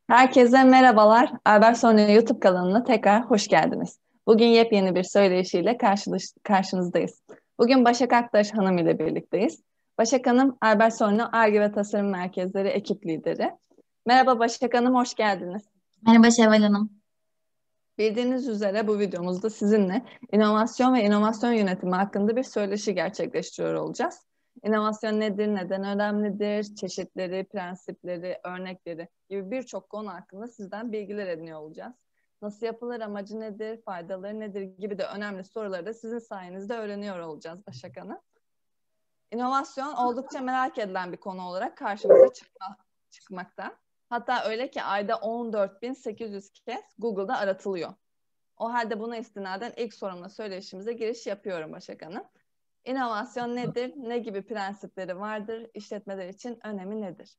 Herkese merhabalar. Albert Sonya YouTube kanalına tekrar hoş geldiniz. Bugün yepyeni bir söyleşiyle karşınızdayız. Bugün Başak Aktaş Hanım ile birlikteyiz. Başak Hanım, Albert Sonya Ar-Ge ve Tasarım Merkezleri ekip lideri. Merhaba Başak Hanım, hoş geldiniz. Merhaba Şevval Hanım. Bildiğiniz üzere bu videomuzda sizinle inovasyon ve inovasyon yönetimi hakkında bir söyleşi gerçekleştiriyor olacağız. İnovasyon nedir, neden önemlidir, çeşitleri, prensipleri, örnekleri gibi birçok konu hakkında sizden bilgiler ediniyor olacağız. Nasıl yapılır, amacı nedir, faydaları nedir gibi de önemli soruları da sizin sayenizde öğreniyor olacağız Başak Hanım. İnovasyon oldukça merak edilen bir konu olarak karşımıza çıkmakta. Hatta öyle ki ayda 14.800 kez Google'da aratılıyor. O halde buna istinaden ilk sorumla söyleşimize giriş yapıyorum Başak Hanım. İnovasyon nedir? Ne gibi prensipleri vardır? İşletmeler için önemi nedir?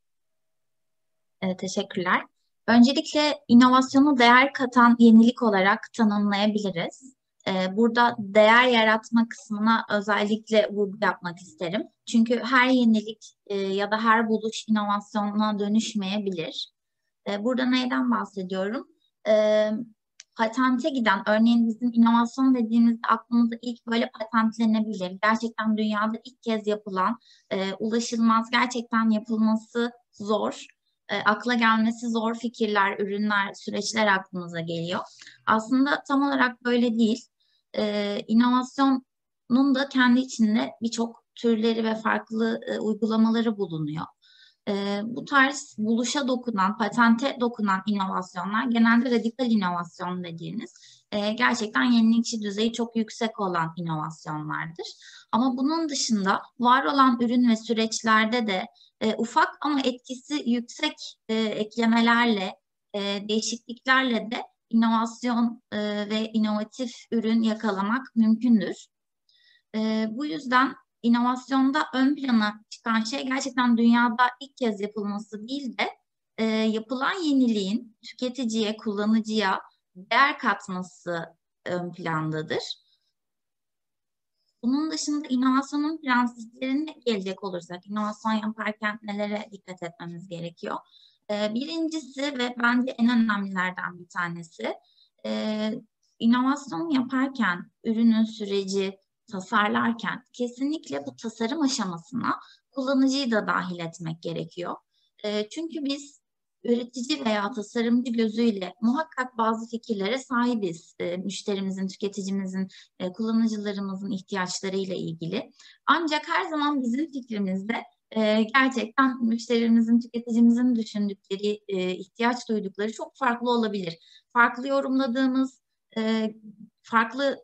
Teşekkürler. Öncelikle inovasyonu değer katan yenilik olarak tanımlayabiliriz. Burada değer yaratma kısmına özellikle vurgu yapmak isterim. Çünkü her yenilik ya da her buluş inovasyona dönüşmeyebilir. Burada neyden bahsediyorum? E, Patente giden, örneğin bizim inovasyon dediğimizde aklımıza ilk böyle patentlenebilir. Gerçekten dünyada ilk kez yapılan, ulaşılmaz, gerçekten yapılması zor, akla gelmesi zor fikirler, ürünler, süreçler aklımıza geliyor. Aslında tam olarak böyle değil. İnovasyonun da kendi içinde birçok türleri ve farklı uygulamaları bulunuyor. Bu tarz buluşa dokunan, patente dokunan inovasyonlar genelde radikal inovasyon dediğimiz gerçekten yenilikçi düzeyi çok yüksek olan inovasyonlardır. Ama bunun dışında var olan ürün ve süreçlerde de ufak ama etkisi yüksek eklemelerle, değişikliklerle de inovasyon ve inovatif ürün yakalamak mümkündür. Bu yüzden inovasyonda ön plana çıkan şey gerçekten dünyada ilk kez yapılması değil de yapılan yeniliğin tüketiciye, kullanıcıya değer katması ön plandadır. Bunun dışında inovasyonun prensiplerine gelecek olursak, inovasyon yaparken nelere dikkat etmemiz gerekiyor? Birincisi ve bence en önemlilerden bir tanesi, e, inovasyon yaparken ürünün süreci tasarlarken kesinlikle bu tasarım aşamasına kullanıcıyı da dahil etmek gerekiyor. Çünkü biz üretici veya tasarımcı gözüyle muhakkak bazı fikirlere sahibiz. Müşterimizin, tüketicimizin, kullanıcılarımızın ihtiyaçlarıyla ilgili. Ancak her zaman bizim fikrimizde gerçekten müşterimizin, tüketicimizin düşündükleri, ihtiyaç duydukları çok farklı olabilir. Farklı yorumladığımız, farklı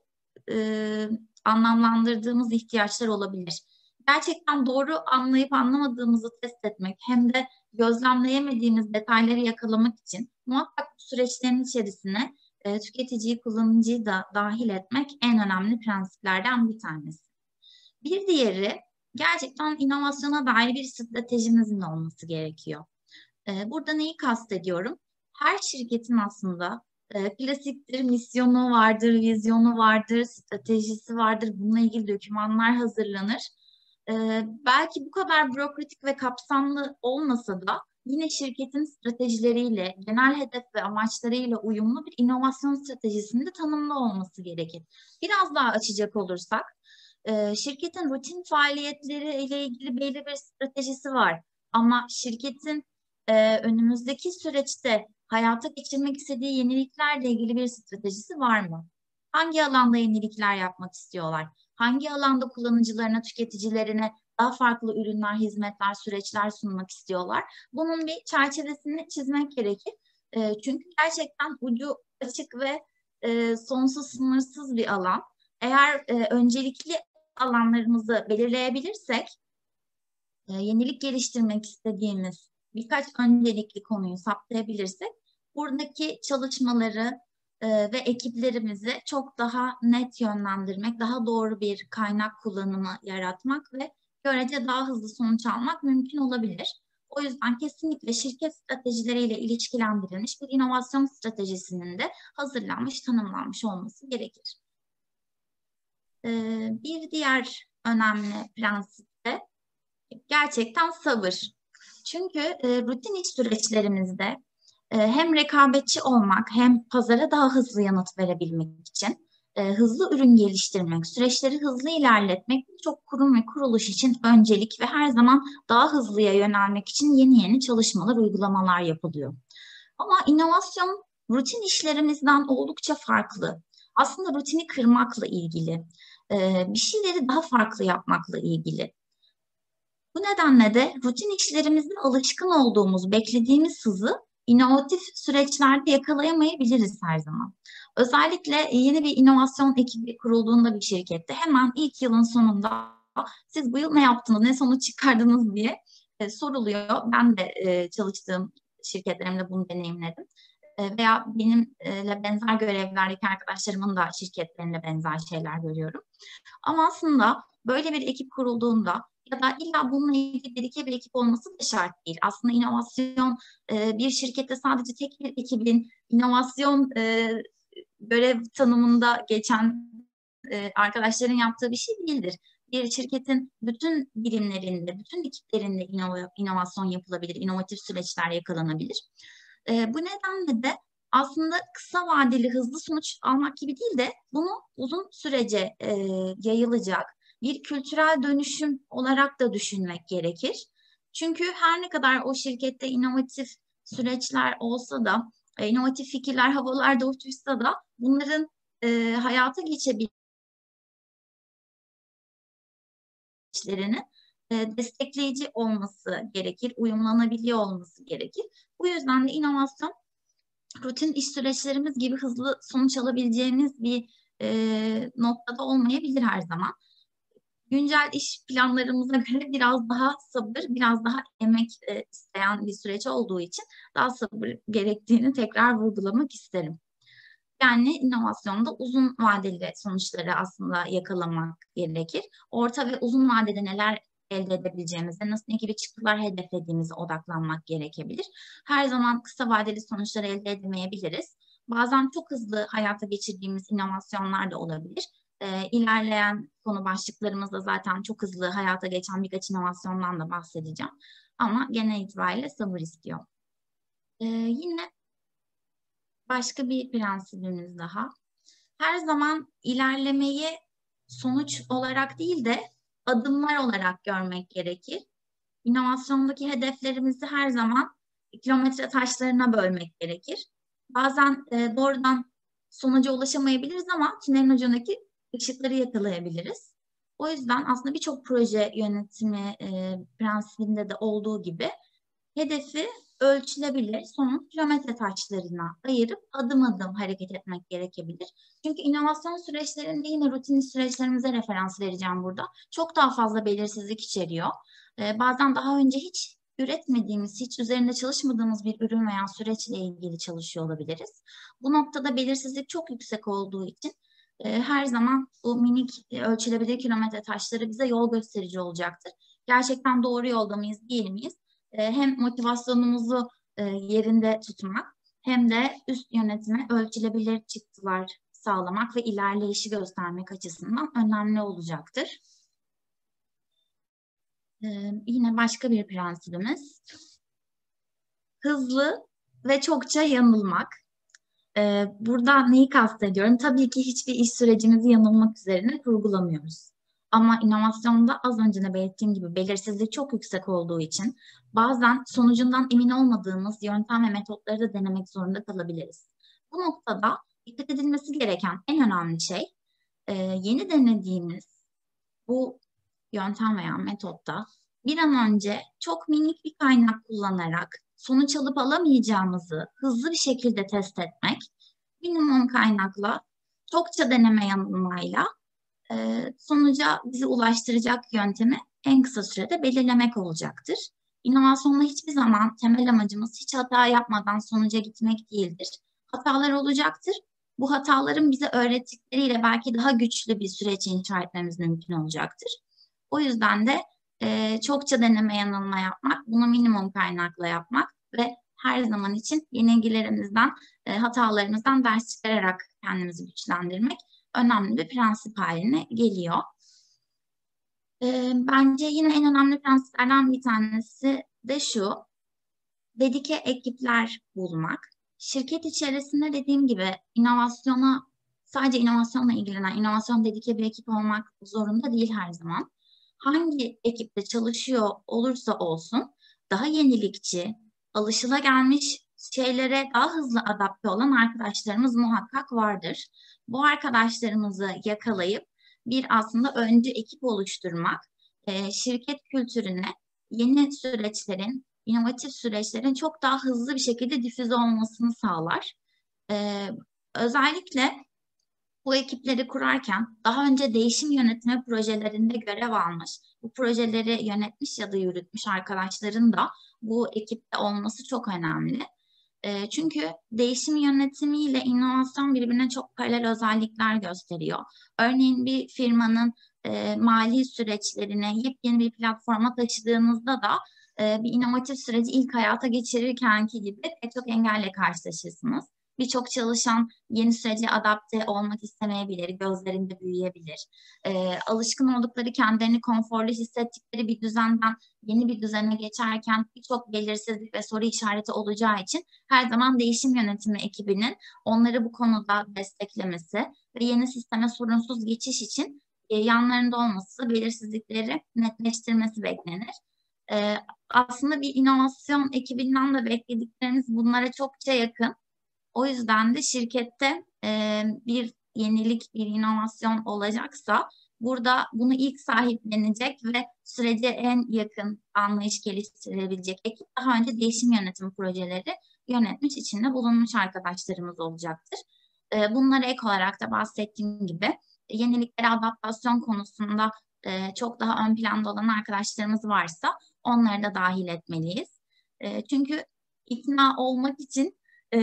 anlamlandırdığımız ihtiyaçlar olabilir. Gerçekten doğru anlayıp anlamadığımızı test etmek hem de gözlemleyemediğimiz detayları yakalamak için muhakkak bu süreçlerin içerisine tüketiciyi, kullanıcıyı da dahil etmek en önemli prensiplerden bir tanesi. Bir diğeri gerçekten inovasyona dair bir stratejimizin olması gerekiyor. Burada neyi kastediyorum? Her şirketin aslında klasiktir, misyonu vardır, vizyonu vardır, stratejisi vardır. Bununla ilgili dokümanlar hazırlanır. Belki bu kadar bürokratik ve kapsamlı olmasa da yine şirketin stratejileriyle, genel hedef ve amaçlarıyla uyumlu bir inovasyon stratejisinde tanımlı olması gerekir. Biraz daha açacak olursak, şirketin rutin faaliyetleri ile ilgili belli bir stratejisi var. Ama şirketin önümüzdeki süreçte hayata geçirmek istediği yeniliklerle ilgili bir stratejisi var mı? Hangi alanda yenilikler yapmak istiyorlar? Hangi alanda kullanıcılarına, tüketicilerine daha farklı ürünler, hizmetler, süreçler sunmak istiyorlar? Bunun bir çerçevesini çizmek gerekir. Çünkü gerçekten ucu açık ve sonsuz sınırsız bir alan. Eğer öncelikli alanlarımızı belirleyebilirsek, yenilik geliştirmek istediğimiz birkaç öncelikli konuyu saptayabilirsek, buradaki çalışmaları ve ekiplerimizi çok daha net yönlendirmek, daha doğru bir kaynak kullanımı yaratmak ve görece daha hızlı sonuç almak mümkün olabilir. O yüzden kesinlikle şirket stratejileriyle ilişkilendirilmiş bir inovasyon stratejisinin de hazırlanmış, tanımlanmış olması gerekir. Bir diğer önemli prensip de gerçekten sabır. Çünkü rutin iş süreçlerimizde hem rekabetçi olmak hem pazara daha hızlı yanıt verebilmek için hızlı ürün geliştirmek, süreçleri hızlı ilerletmek birçok kurum ve kuruluş için öncelik ve her zaman daha hızlıya yönelmek için yeni çalışmalar, uygulamalar yapılıyor. Ama inovasyon rutin işlerimizden oldukça farklı. Aslında rutini kırmakla ilgili, bir şeyleri daha farklı yapmakla ilgili. Bu nedenle de rutin işlerimizde alışkın olduğumuz, beklediğimiz hızı inovatif süreçlerde yakalayamayabiliriz her zaman. Özellikle yeni bir inovasyon ekibi kurulduğunda bir şirkette hemen ilk yılın sonunda siz bu yıl ne yaptınız, ne sonuç çıkardınız diye soruluyor. Ben de çalıştığım şirketlerimde bunu deneyimledim. Veya benimle benzer görevlerdeki arkadaşlarımın da şirketlerinde benzer şeyler görüyorum. Ama aslında böyle bir ekip kurulduğunda ya da illa bununla ilgili dedike bir ekip olması da şart değil. Aslında inovasyon bir şirkette sadece tek bir ekibin inovasyon görev tanımında geçen arkadaşların yaptığı bir şey değildir. Bir şirketin bütün birimlerinde, bütün ekiplerinde inovasyon yapılabilir, inovatif süreçler yakalanabilir. Bu nedenle de aslında kısa vadeli hızlı sonuç almak gibi değil de bunu uzun sürece yayılacak bir kültürel dönüşüm olarak da düşünmek gerekir. Çünkü her ne kadar o şirkette inovatif süreçler olsa da, inovatif fikirler havalarda uçuşsa da bunların hayata geçebilmelerini destekleyici olması gerekir, uyumlanabiliyor olması gerekir. Bu yüzden de inovasyon rutin iş süreçlerimiz gibi hızlı sonuç alabileceğimiz bir noktada olmayabilir her zaman. Güncel iş planlarımıza göre biraz daha sabır, biraz daha emek isteyen bir süreç olduğu için daha sabır gerektiğini tekrar vurgulamak isterim. Yani inovasyonda uzun vadeli sonuçları aslında yakalamak gerekir. Orta ve uzun vadede neler elde edebileceğimize, nasıl ne gibi çıktılar hedeflediğimize odaklanmak gerekebilir. Her zaman kısa vadeli sonuçları elde edemeyebiliriz. Bazen çok hızlı hayata geçirdiğimiz inovasyonlar da olabilir. İlerleyen konu başlıklarımızda zaten çok hızlı hayata geçen birkaç inovasyondan da bahsedeceğim. Ama genel itibariyle sabır istiyor. Yine başka bir prensibimiz daha. Her zaman ilerlemeyi sonuç olarak değil de adımlar olarak görmek gerekir. İnovasyondaki hedeflerimizi her zaman kilometre taşlarına bölmek gerekir. Bazen doğrudan sonuca ulaşamayabiliriz ama tünelin ucundaki ışıkları yakalayabiliriz. O yüzden aslında birçok proje yönetimi prensibinde de olduğu gibi hedefi ölçülebilir somut kilometre taşlarına ayırıp adım adım hareket etmek gerekebilir. Çünkü inovasyon süreçlerinde yine rutin süreçlerimize referans vereceğim burada. Çok daha fazla belirsizlik içeriyor. Bazen daha önce hiç üretmediğimiz, hiç üzerinde çalışmadığımız bir ürün veya süreçle ilgili çalışıyor olabiliriz. Bu noktada belirsizlik çok yüksek olduğu için her zaman bu minik ölçülebilir kilometre taşları bize yol gösterici olacaktır. Gerçekten doğru yolda mıyız, değil miyiz? Hem motivasyonumuzu yerinde tutmak hem de üst yönetime ölçülebilir çıktılar sağlamak ve ilerleyişi göstermek açısından önemli olacaktır. Yine başka bir prensibimiz hızlı ve çokça yanılmak. Burada neyi kastediyorum? Tabii ki hiçbir iş sürecimizi yanılmak üzerine kurgulamıyoruz. Ama inovasyonda az önce de belirttiğim gibi belirsizlik çok yüksek olduğu için bazen sonucundan emin olmadığımız yöntem ve metotları da denemek zorunda kalabiliriz. Bu noktada dikkat edilmesi gereken en önemli şey yeni denediğimiz bu yöntem veya metotta bir an önce çok minik bir kaynak kullanarak sonuç alıp alamayacağımızı hızlı bir şekilde test etmek, minimum kaynakla, çokça deneme yanılmayla sonuca bizi ulaştıracak yöntemi en kısa sürede belirlemek olacaktır. İnovasyonda hiçbir zaman temel amacımız hiç hata yapmadan sonuca gitmek değildir. Hatalar olacaktır. Bu hataların bize öğrettikleriyle belki daha güçlü bir süreç inşa etmemiz mümkün olacaktır. O yüzden de çokça deneme yanılma yapmak, bunu minimum kaynakla yapmak ve her zaman için yenilgilerimizden, hatalarımızdan ders çıkararak kendimizi güçlendirmek önemli bir prensip haline geliyor. Bence yine en önemli prensiplerden bir tanesi de şu, dedike ekipler bulmak. Şirket içerisinde dediğim gibi sadece inovasyonla ilgilenen, inovasyon dedike bir ekip olmak zorunda değil her zaman. Hangi ekipte çalışıyor olursa olsun daha yenilikçi, alışılagelmiş şeylere daha hızlı adapte olan arkadaşlarımız muhakkak vardır. Bu arkadaşlarımızı yakalayıp bir aslında öncü ekip oluşturmak, şirket kültürüne yeni süreçlerin, inovatif süreçlerin çok daha hızlı bir şekilde difüze olmasını sağlar. Özellikle bu ekipleri kurarken daha önce değişim yönetimi projelerinde görev almış, bu projeleri yönetmiş ya da yürütmüş arkadaşların da bu ekipte olması çok önemli. Çünkü değişim yönetimiyle inovasyon birbirine çok paralel özellikler gösteriyor. Örneğin bir firmanın mali süreçlerini yepyeni bir platforma taşıdığınızda da bir inovatif süreci ilk hayata geçirirkenki gibi pek çok engelle karşılaşırsınız. Birçok çalışan yeni sürece adapte olmak istemeyebilir, gözlerinde büyüyebilir. Alışkın oldukları, kendilerini konforlu hissettikleri bir düzenden yeni bir düzene geçerken birçok belirsizlik ve soru işareti olacağı için her zaman değişim yönetimi ekibinin onları bu konuda desteklemesi ve yeni sisteme sorunsuz geçiş için yanlarında olması, belirsizlikleri netleştirmesi beklenir. Aslında bir inovasyon ekibinden de beklediklerimiz bunlara çokça yakın. O yüzden de şirkette bir yenilik, bir inovasyon olacaksa burada bunu ilk sahiplenecek ve sürece en yakın anlayış geliştirebilecek ekip daha önce değişim yönetimi projeleri yönetmiş, içinde bulunmuş arkadaşlarımız olacaktır. Bunlara ek olarak da bahsettiğim gibi yeniliklere adaptasyon konusunda çok daha ön planda olan arkadaşlarımız varsa onları da dahil etmeliyiz. Çünkü ikna olmak için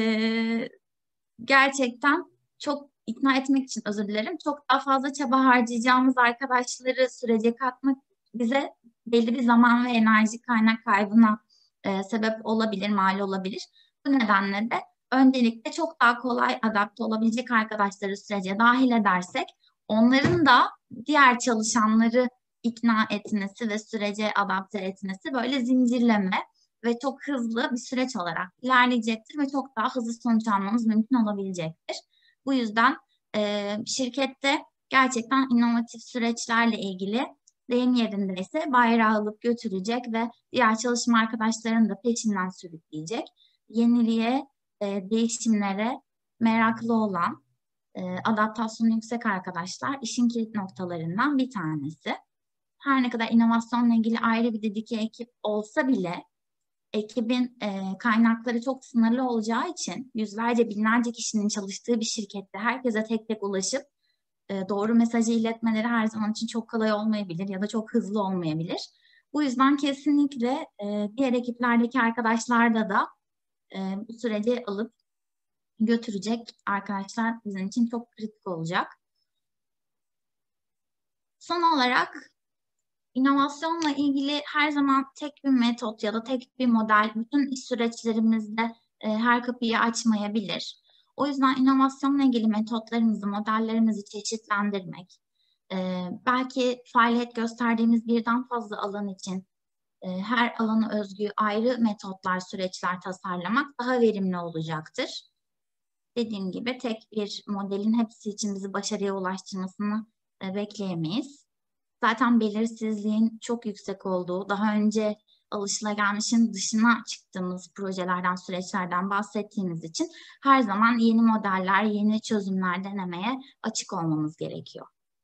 gerçekten çok ikna etmek için özür dilerim. Çok daha fazla çaba harcayacağımız arkadaşları sürece katmak bize belli bir zaman ve enerji kaynak kaybına sebep olabilir, mal olabilir. Bu nedenle de öncelikle çok daha kolay adapte olabilecek arkadaşları sürece dahil edersek onların da diğer çalışanları ikna etmesi ve sürece adapte etmesi böyle zincirleme ve çok hızlı bir süreç olarak ilerleyecektir ve çok daha hızlı sonuç almamız mümkün olabilecektir. Bu yüzden şirkette gerçekten inovatif süreçlerle ilgili deyim yerindeyse bayrağı alıp götürecek ve diğer çalışma arkadaşlarını da peşinden sürükleyecek. Yeniliğe, değişimlere meraklı olan, adaptasyonu yüksek arkadaşlar işin kilit noktalarından bir tanesi. Her ne kadar inovasyonla ilgili ayrı bir dedike ekip olsa bile ekibin kaynakları çok sınırlı olacağı için yüzlerce, binlerce kişinin çalıştığı bir şirkette herkese tek tek ulaşıp doğru mesajı iletmeleri her zaman için çok kolay olmayabilir ya da çok hızlı olmayabilir. Bu yüzden kesinlikle diğer ekiplerdeki arkadaşlarda da bu süreci alıp götürecek arkadaşlar bizim için çok kritik olacak. Son olarak İnovasyonla ilgili her zaman tek bir metot ya da tek bir model bütün iş süreçlerimizde her kapıyı açmayabilir. O yüzden inovasyonla ilgili metotlarımızı, modellerimizi çeşitlendirmek, belki faaliyet gösterdiğimiz birden fazla alan için her alana özgü ayrı metotlar, süreçler tasarlamak daha verimli olacaktır. Dediğim gibi tek bir modelin hepsi için bizi başarıya ulaştırmasını bekleyemeyiz. Zaten belirsizliğin çok yüksek olduğu, daha önce alışılagelmişin dışına çıktığımız projelerden, süreçlerden bahsettiğimiz için her zaman yeni modeller, yeni çözümler denemeye açık olmamız gerekiyor.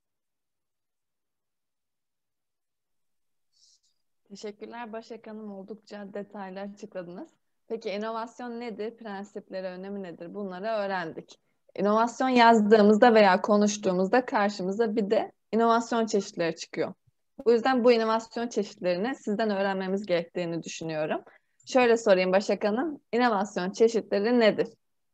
Teşekkürler Başak Hanım. Oldukça detaylı açıkladınız. Peki inovasyon nedir? Prensipleri, önemi nedir? Bunları öğrendik. İnovasyon yazdığımızda veya konuştuğumuzda karşımıza bir de inovasyon çeşitleri çıkıyor. Bu yüzden bu inovasyon çeşitlerini sizden öğrenmemiz gerektiğini düşünüyorum. Şöyle sorayım Başak Hanım, inovasyon çeşitleri nedir?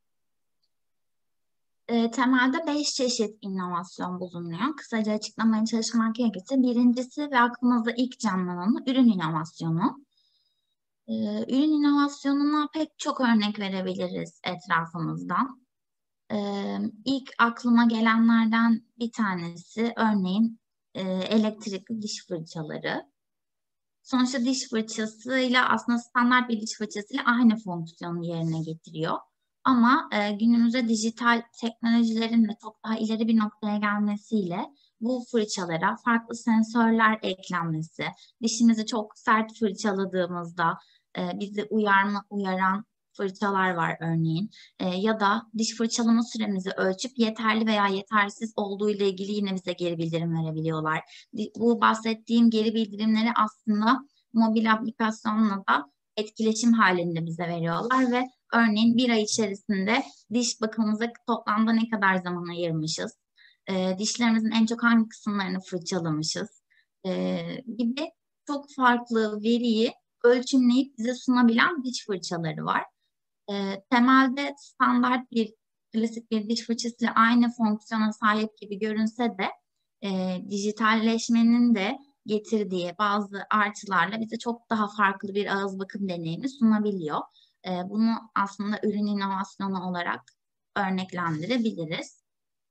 Temelde 5 çeşit inovasyon bulunuyor. Kısaca açıklamaya çalışmak gerekirse birincisi ve aklımızda ilk canlanan ürün inovasyonu. Ürün inovasyonuna pek çok örnek verebiliriz etrafımızdan. İlk aklıma gelenlerden bir tanesi örneğin elektrikli diş fırçaları. Sonuçta diş fırçasıyla aslında standart bir diş fırçasıyla aynı fonksiyonu yerine getiriyor. Ama günümüzde dijital teknolojilerin de çok daha ileri bir noktaya gelmesiyle bu fırçalara farklı sensörler eklenmesi, dişimizi çok sert fırçaladığımızda bizi uyaran fırçalar var örneğin. Ya da diş fırçalama süremizi ölçüp yeterli veya yetersiz olduğu ile ilgili yine bize geri bildirim verebiliyorlar. Bu bahsettiğim geri bildirimleri aslında mobil aplikasyonla da etkileşim halinde bize veriyorlar ve örneğin bir ay içerisinde diş bakımımıza toplamda ne kadar zaman ayırmışız, dişlerimizin en çok hangi kısımlarını fırçalamışız gibi çok farklı veriyi ölçümleyip bize sunabilen diş fırçaları var. Temelde standart bir klasik bir diş fırçasıyla aynı fonksiyona sahip gibi görünse de dijitalleşmenin de getirdiği bazı artılarla bize çok daha farklı bir ağız bakım deneyimi sunabiliyor. Bunu aslında ürün inovasyonu olarak örneklendirebiliriz.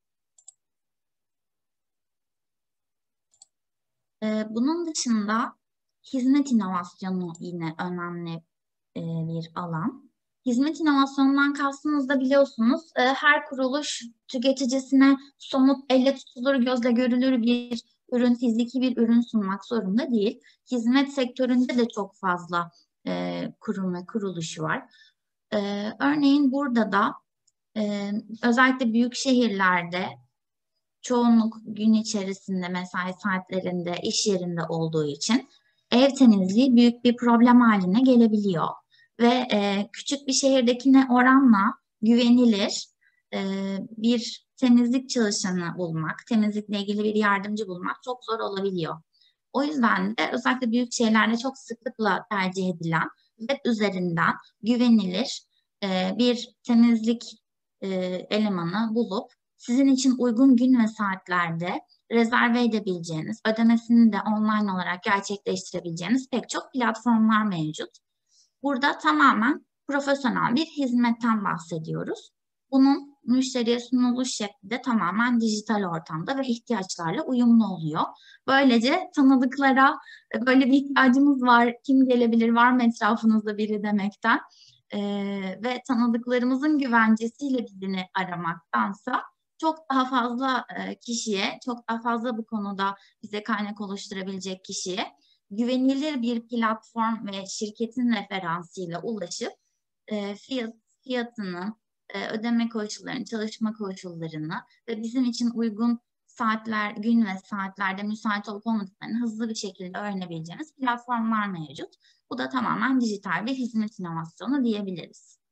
Bunun dışında hizmet inovasyonu yine önemli bir alan. Hizmet inovasyonundan kastımız da biliyorsunuz her kuruluş tüketicisine somut, elle tutulur, gözle görülür bir ürün, fiziki bir ürün sunmak zorunda değil. Hizmet sektöründe de çok fazla kurum ve kuruluşu var. Örneğin burada da özellikle büyük şehirlerde çoğunluk gün içerisinde mesai saatlerinde iş yerinde olduğu için ev temizliği büyük bir problem haline gelebiliyor. Ve küçük bir şehirdekine oranla güvenilir bir temizlik çalışanı bulmak, temizlikle ilgili bir yardımcı bulmak çok zor olabiliyor. O yüzden de özellikle büyük şehirlerde çok sıklıkla tercih edilen web üzerinden güvenilir bir temizlik elemanı bulup sizin için uygun gün ve saatlerde rezerve edebileceğiniz, ödemesini de online olarak gerçekleştirebileceğiniz pek çok platformlar mevcut. Burada tamamen profesyonel bir hizmetten bahsediyoruz. Bunun müşteriye sunuluş şekli de tamamen dijital ortamda ve ihtiyaçlarla uyumlu oluyor. Böylece tanıdıklara böyle bir ihtiyacımız var, kim gelebilir, var mı etrafınızda biri demekten ve tanıdıklarımızın güvencesiyle birini aramaktansa çok daha fazla kişiye, çok daha fazla bu konuda bize kaynak oluşturabilecek kişiye güvenilir bir platform ve şirketin referansıyla ulaşıp fiyatını, ödeme koşullarını, çalışma koşullarını ve bizim için uygun saatler, gün ve saatlerde müsait olup olmadıklarını hızlı bir şekilde öğrenebileceğiniz platformlar mevcut. Bu da tamamen dijital bir hizmet inovasyonu diyebiliriz.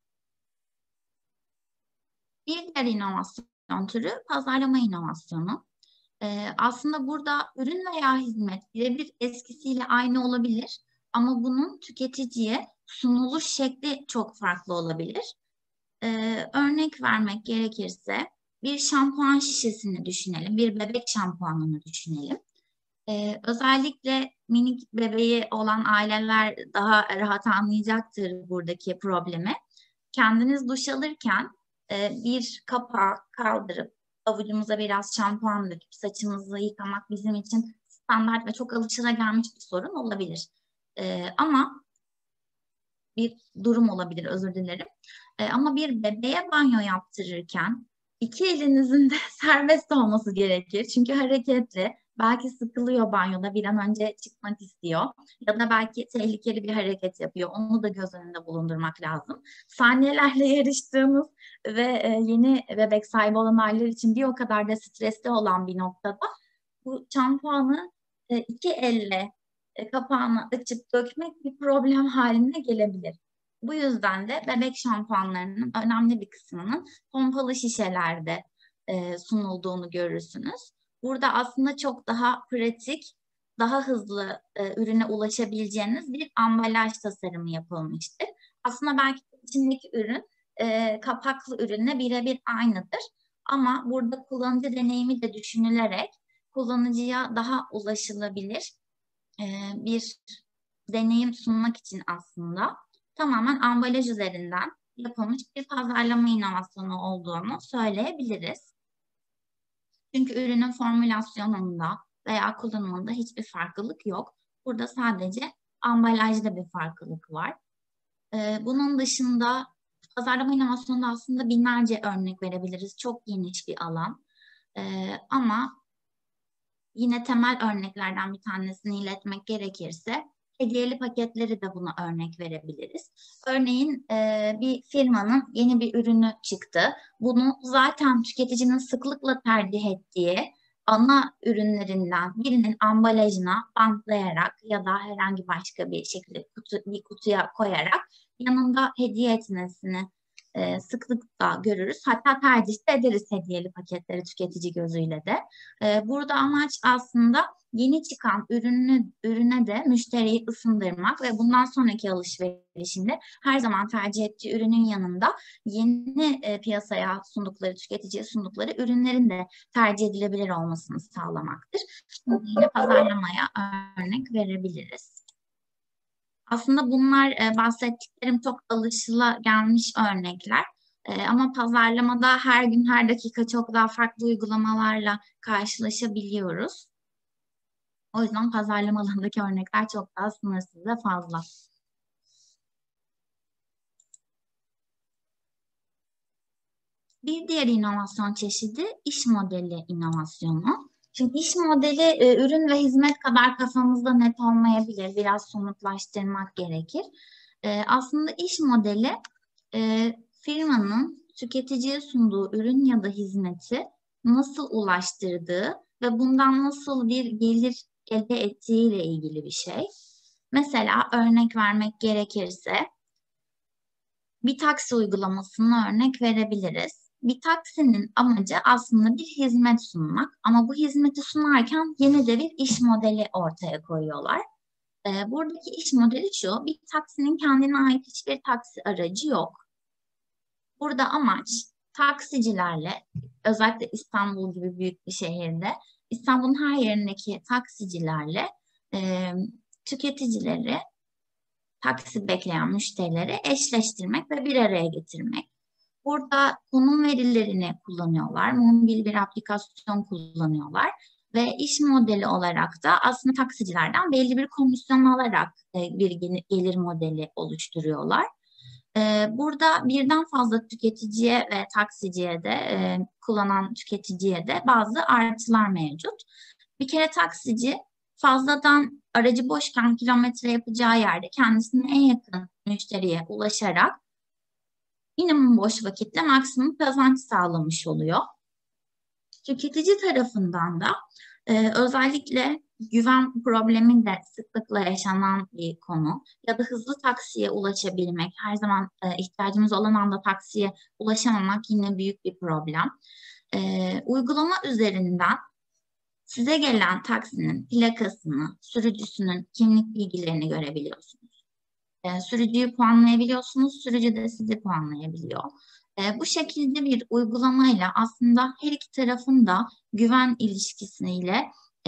Bir diğer inovasyon türü pazarlama inovasyonu. Aslında burada ürün veya hizmet birebir eskisiyle aynı olabilir ama bunun tüketiciye sunuluş şekli çok farklı olabilir. Örnek vermek gerekirse bir şampuan şişesini düşünelim, bir bebek şampuanını düşünelim. Özellikle minik bebeği olan aileler daha rahat anlayacaktır buradaki problemi. Kendiniz duş alırken bir kapağı kaldırıp avucumuza biraz şampuan döküp saçımızı yıkamak bizim için standart ve çok alışılagelmiş bir sorun olabilir. Ama bir durum olabilir, özür dilerim. Ama bir bebeğe banyo yaptırırken iki elinizin de serbest olması gerekir. Çünkü hareketli, belki sıkılıyor banyoda, bir an önce çıkmak istiyor. Ya da belki tehlikeli bir hareket yapıyor. Onu da göz önünde bulundurmak lazım. Saniyelerle yarıştığımız ve yeni bebek sahibi olan aileler için bir o kadar da stresli olan bir noktada bu şampuanı iki elle kapağını açıp dökmek bir problem haline gelebilir. Bu yüzden de bebek şampuanlarının önemli bir kısmının pompalı şişelerde sunulduğunu görürsünüz. Burada aslında çok daha pratik, daha hızlı ürüne ulaşabileceğiniz bir ambalaj tasarımı yapılmıştır. Aslında belki içindeki ürün kapaklı ürünle birebir aynıdır. Ama burada kullanıcı deneyimi de düşünülerek kullanıcıya daha ulaşılabilir bir deneyim sunmak için aslında tamamen ambalaj üzerinden yapılmış bir pazarlama inovasyonu olduğunu söyleyebiliriz. Çünkü ürünün formülasyonunda veya kullanımında hiçbir farklılık yok. Burada sadece ambalajda bir farklılık var. Bunun dışında pazarlama inovasyonunda aslında binlerce örnek verebiliriz. Çok geniş bir alan. Ama yine temel örneklerden bir tanesini iletmek gerekirse hediyeli paketleri de buna örnek verebiliriz. Örneğin bir firmanın yeni bir ürünü çıktı. Bunu zaten tüketicinin sıklıkla tercih ettiği ana ürünlerinden birinin ambalajına bantlayarak ya da herhangi başka bir şekilde bir kutuya koyarak yanında hediye etmesini sıklıkla görürüz. Hatta tercih de ederiz hediyeli paketleri tüketici gözüyle de. Burada amaç aslında yeni çıkan ürüne de müşteriyi ısındırmak ve bundan sonraki alışverişinde her zaman tercih ettiği ürünün yanında yeni piyasaya sundukları, tüketiciye sundukları ürünlerin de tercih edilebilir olmasını sağlamaktır. Yine pazarlamaya örnek verebiliriz. Aslında bunlar bahsettiklerim çok alışılagelmiş örnekler. Ama pazarlamada her gün, her dakika çok daha farklı uygulamalarla karşılaşabiliyoruz. O yüzden pazarlama alanındaki örnekler çok daha sınırsız ve fazla. Bir diğer inovasyon çeşidi iş modeli inovasyonu. Şimdi iş modeli ürün ve hizmet kadar kafamızda net olmayabilir. Biraz somutlaştırmak gerekir. Aslında iş modeli firmanın tüketiciye sunduğu ürün ya da hizmeti nasıl ulaştırdığı ve bundan nasıl bir gelir elde ettiğiyle ilgili bir şey. Mesela örnek vermek gerekirse bir taksi uygulamasını örnek verebiliriz. Bir taksinin amacı aslında bir hizmet sunmak ama bu hizmeti sunarken yeni de bir iş modeli ortaya koyuyorlar. Buradaki iş modeli şu, bir taksinin kendine ait hiçbir taksi aracı yok. Burada amaç taksicilerle, özellikle İstanbul gibi büyük bir şehirde, İstanbul'un her yerindeki taksicilerle tüketicileri, taksi bekleyen müşterileri eşleştirmek ve bir araya getirmek. Burada konum verilerini kullanıyorlar, mobil bir aplikasyon kullanıyorlar ve iş modeli olarak da aslında taksicilerden belli bir komisyon alarak bir gelir modeli oluşturuyorlar. Burada birden fazla tüketiciye ve taksiciye de kullanan tüketiciye de bazı artılar mevcut. Bir kere taksici fazladan aracı boşken kilometre yapacağı yerde kendisine en yakın müşteriye ulaşarak minimum boş vakitte maksimum kazanç sağlamış oluyor. Tüketici tarafından da özellikle güven problemi de sıklıkla yaşanan bir konu ya da hızlı taksiye ulaşabilmek, her zaman ihtiyacımız olan anda taksiye ulaşamamak yine büyük bir problem. Uygulama üzerinden size gelen taksinin plakasını, sürücüsünün kimlik bilgilerini görebiliyorsunuz. Sürücüyü puanlayabiliyorsunuz, sürücü de sizi puanlayabiliyor. Bu şekilde bir uygulamayla aslında her iki tarafın da güven ilişkisiyle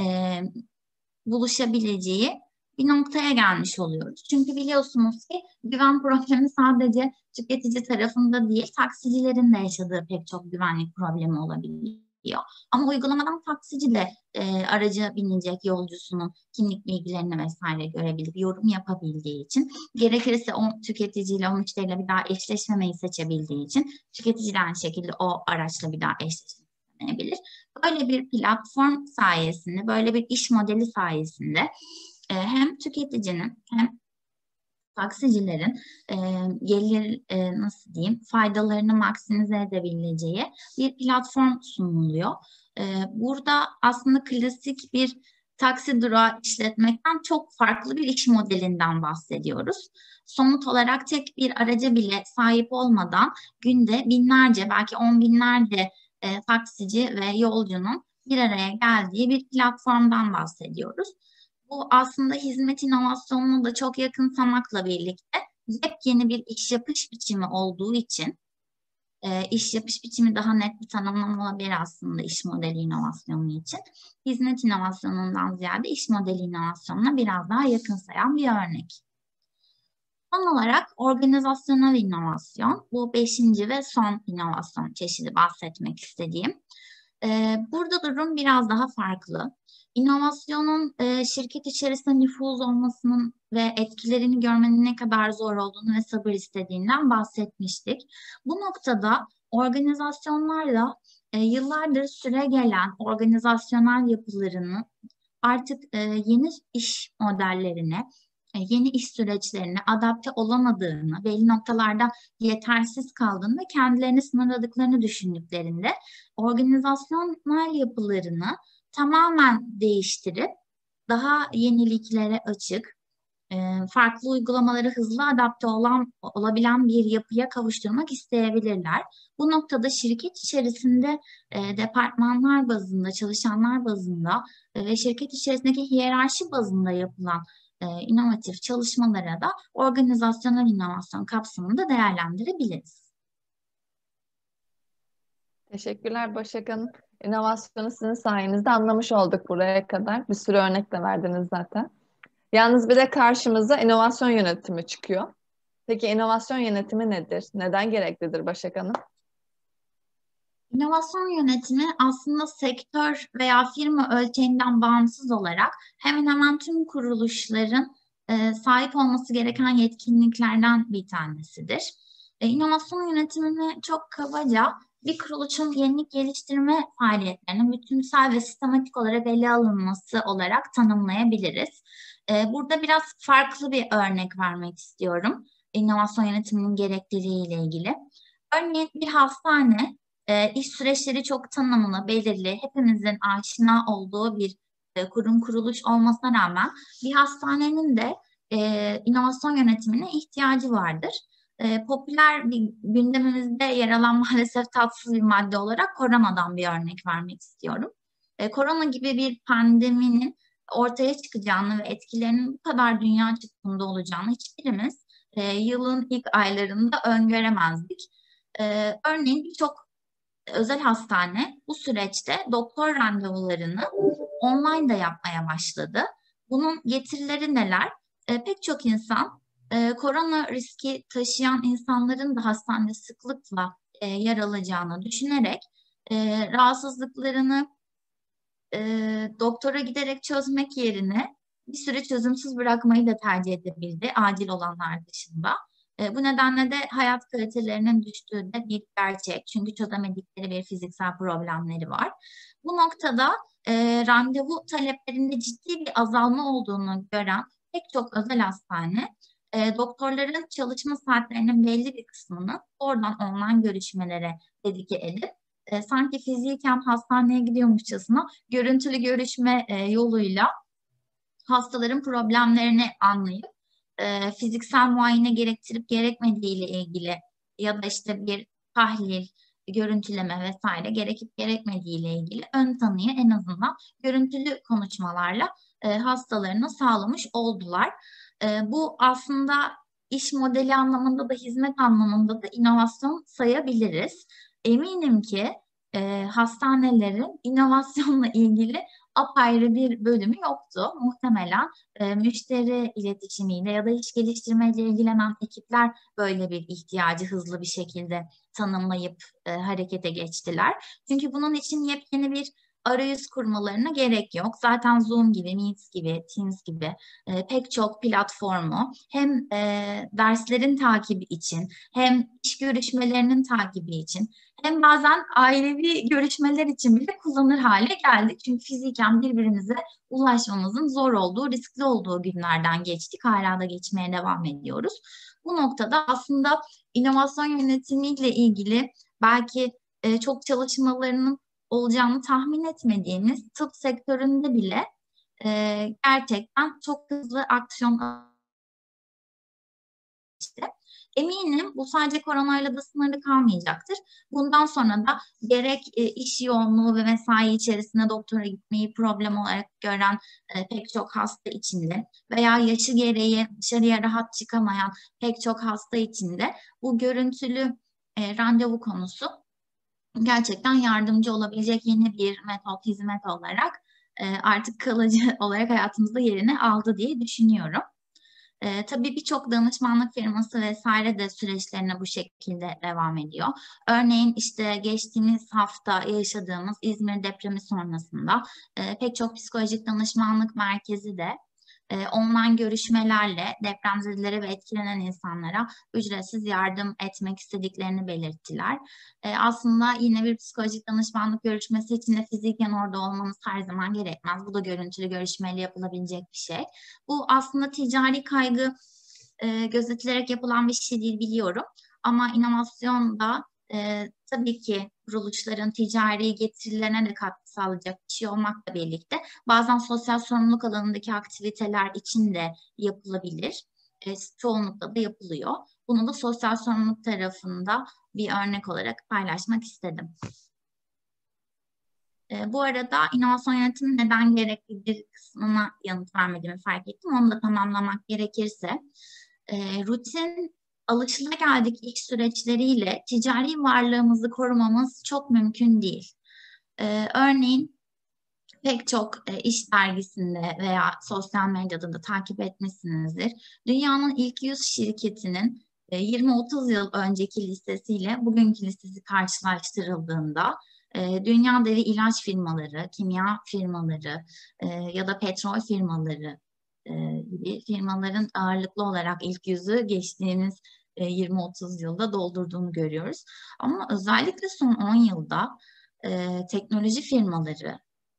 buluşabileceği bir noktaya gelmiş oluyoruz. Çünkü biliyorsunuz ki güven problemi sadece tüketici tarafında değil, taksicilerin de yaşadığı pek çok güvenlik problemi olabiliyor. Ama uygulamadan taksici de araca binecek yolcusunun kimlik bilgilerini vesaire görebilir, yorum yapabildiği için, gerekirse o tüketiciyle, o müşteriyle bir daha eşleşmemeyi seçebildiği için tüketici de aynı şekilde o araçla bir daha eşleşmeyebilir. Böyle bir platform sayesinde, böyle bir iş modeli sayesinde hem tüketicinin hem taksicilerin gelir nasıl diyeyim faydalarını maksimize edebileceği bir platform sunuluyor. Burada aslında klasik bir taksi durağı işletmekten çok farklı bir iş modelinden bahsediyoruz. Somut olarak tek bir araca bile sahip olmadan günde binlerce, belki on binlerce taksici ve yolcunun bir araya geldiği bir platformdan bahsediyoruz. Bu aslında hizmet inovasyonunu da çok yakınsamakla birlikte yepyeni bir iş yapış biçimi olduğu için iş yapış biçimi daha net bir tanımlama olabilir aslında iş modeli inovasyonu için. Hizmet inovasyonundan ziyade iş modeli inovasyonuna biraz daha yakınsayan bir örnek. Son olarak organizasyonel inovasyon, bu 5. ve son inovasyon çeşidi bahsetmek istediğim. Burada durum biraz daha farklı. İnovasyonun şirket içerisinde nüfuz olmasının ve etkilerini görmenin ne kadar zor olduğunu ve sabır istediğinden bahsetmiştik. Bu noktada organizasyonlarla yıllardır süregelen organizasyonel yapılarını artık yeni iş modellerine, yeni iş süreçlerine adapte olamadığını, belli noktalarda yetersiz kaldığını ve kendilerini sınırladıklarını düşündüklerinde organizasyonel yapılarını tamamen değiştirip daha yeniliklere açık, farklı uygulamaları hızlı adapte olabilen bir yapıya kavuşturmak isteyebilirler. Bu noktada şirket içerisinde departmanlar bazında, çalışanlar bazında ve şirket içerisindeki hiyerarşi bazında yapılan inovatif çalışmalara da organizasyonel inovasyon kapsamında değerlendirebiliriz. Teşekkürler Başak Hanım. İnovasyonu sizin sayenizde anlamış olduk buraya kadar. Bir sürü örnek de verdiniz zaten. Yalnız bir de karşımıza inovasyon yönetimi çıkıyor. Peki inovasyon yönetimi nedir? Neden gereklidir Başak Hanım? İnovasyon yönetimi aslında sektör veya firma ölçeğinden bağımsız olarak hemen hemen tüm kuruluşların sahip olması gereken yetkinliklerden bir tanesidir. İnovasyon yönetimini çok kabaca bir kuruluşun yenilik geliştirme faaliyetlerinin bütünsel ve sistematik olarak ele alınması olarak tanımlayabiliriz. Burada biraz farklı bir örnek vermek istiyorum inovasyon yönetiminin gerekliliği ile ilgili. Örneğin bir hastane iş süreçleri çok tanımlı, belirli, hepimizin aşina olduğu bir kurum kuruluş olmasına rağmen bir hastanenin de inovasyon yönetimine ihtiyacı vardır. Popüler bir gündemimizde yer alan maalesef tatsız bir madde olarak koronadan bir örnek vermek istiyorum. Korona gibi bir pandeminin ortaya çıkacağını ve etkilerinin bu kadar dünya çapında olacağını hiçbirimiz yılın ilk aylarında öngöremezdik. Örneğin birçok özel hastane bu süreçte doktor randevularını online de yapmaya başladı. Bunun getirileri neler? Pek çok insan korona riski taşıyan insanların da hastanede sıklıkla yer alacağını düşünerek rahatsızlıklarını doktora giderek çözmek yerine bir süre çözümsüz bırakmayı da tercih edebildi, acil olanlar dışında. Bu nedenle de hayat kalitelerinin düştüğü de bir gerçek. Çünkü çözemedikleri bir fiziksel problemleri var. Bu noktada randevu taleplerinde ciddi bir azalma olduğunu gören pek çok özel hastane, doktorların çalışma saatlerinin belli bir kısmını oradan online görüşmelere dedike edip, sanki fiziken hastaneye gidiyormuşçasına görüntülü görüşme yoluyla hastaların problemlerini anlayıp fiziksel muayene gerektirip gerekmediği ile ilgili ya da işte bir tahlil, görüntüleme vesaire gerekip gerekmediği ile ilgili ön tanıyı en azından görüntülü konuşmalarla hastalarına sağlamış oldular. Bu aslında iş modeli anlamında da hizmet anlamında da inovasyon sayabiliriz. Eminim ki hastanelerin inovasyonla ilgili apayrı bir bölümü yoktu. Muhtemelen müşteri iletişimiyle ya da iş geliştirmeyle ilgilenen ekipler böyle bir ihtiyacı hızlı bir şekilde tanımlayıp harekete geçtiler. Çünkü bunun için yepyeni bir arayüz kurmalarına gerek yok. Zaten Zoom gibi, Meet gibi, Teams gibi pek çok platformu hem derslerin takibi için hem iş görüşmelerinin takibi için hem bazen ailevi görüşmeler için bile kullanır hale geldik. Çünkü fiziken birbirimize ulaşmamızın zor olduğu, riskli olduğu günlerden geçtik. Hala da geçmeye devam ediyoruz. Bu noktada aslında inovasyon yönetimiyle ilgili belki çok çalışmalarının olacağını tahmin etmediğiniz tıp sektöründe bile gerçekten çok hızlı aksiyon işte. Eminim bu sadece koronayla da sınırlı kalmayacaktır. Bundan sonra da gerek iş yoğunluğu ve mesai içerisinde doktora gitmeyi problem olarak gören pek çok hasta içinde veya yaşı gereği dışarıya rahat çıkamayan pek çok hasta içinde bu görüntülü randevu konusu gerçekten yardımcı olabilecek yeni bir metot, hizmet olarak artık kalıcı olarak hayatımızda yerini aldı diye düşünüyorum. Tabii birçok danışmanlık firması vesaire de süreçlerine bu şekilde devam ediyor. Örneğin işte geçtiğimiz hafta yaşadığımız İzmir depremi sonrasında pek çok psikolojik danışmanlık merkezi de online görüşmelerle depremzedelere ve etkilenen insanlara ücretsiz yardım etmek istediklerini belirttiler. Aslında yine bir psikolojik danışmanlık görüşmesi için de fiziken orada olmanız her zaman gerekmez. Bu da görüntülü görüşmeyle yapılabilecek bir şey. Bu aslında ticari kaygı gözetilerek yapılan bir şey değil, biliyorum. Ama inovasyonda tabii ki kuruluşların ticari getirilerine de katkı sağlayacak bir şey olmakla birlikte bazen sosyal sorumluluk alanındaki aktiviteler için de yapılabilir. Çoğunlukla da yapılıyor. Bunu da sosyal sorumluluk tarafında bir örnek olarak paylaşmak istedim. Bu arada inovasyon yönetimi neden gereklidir kısmına yanıt vermediğimi fark ettim. Onu da tamamlamak gerekirse, rutin alışılageldik ilk süreçleriyle ticari varlığımızı korumamız çok mümkün değil. Örneğin pek çok iş dergisinde veya sosyal medyada da takip etmişsinizdir. Dünyanın ilk 100 şirketinin 20-30 yıl önceki listesiyle bugünkü listesi karşılaştırıldığında dünya devi ilaç firmaları, kimya firmaları ya da petrol firmaları gibi firmaların ağırlıklı olarak ilk yüzü geçtiğimiz 20-30 yılda doldurduğunu görüyoruz. Ama özellikle son 10 yılda teknoloji firmaları,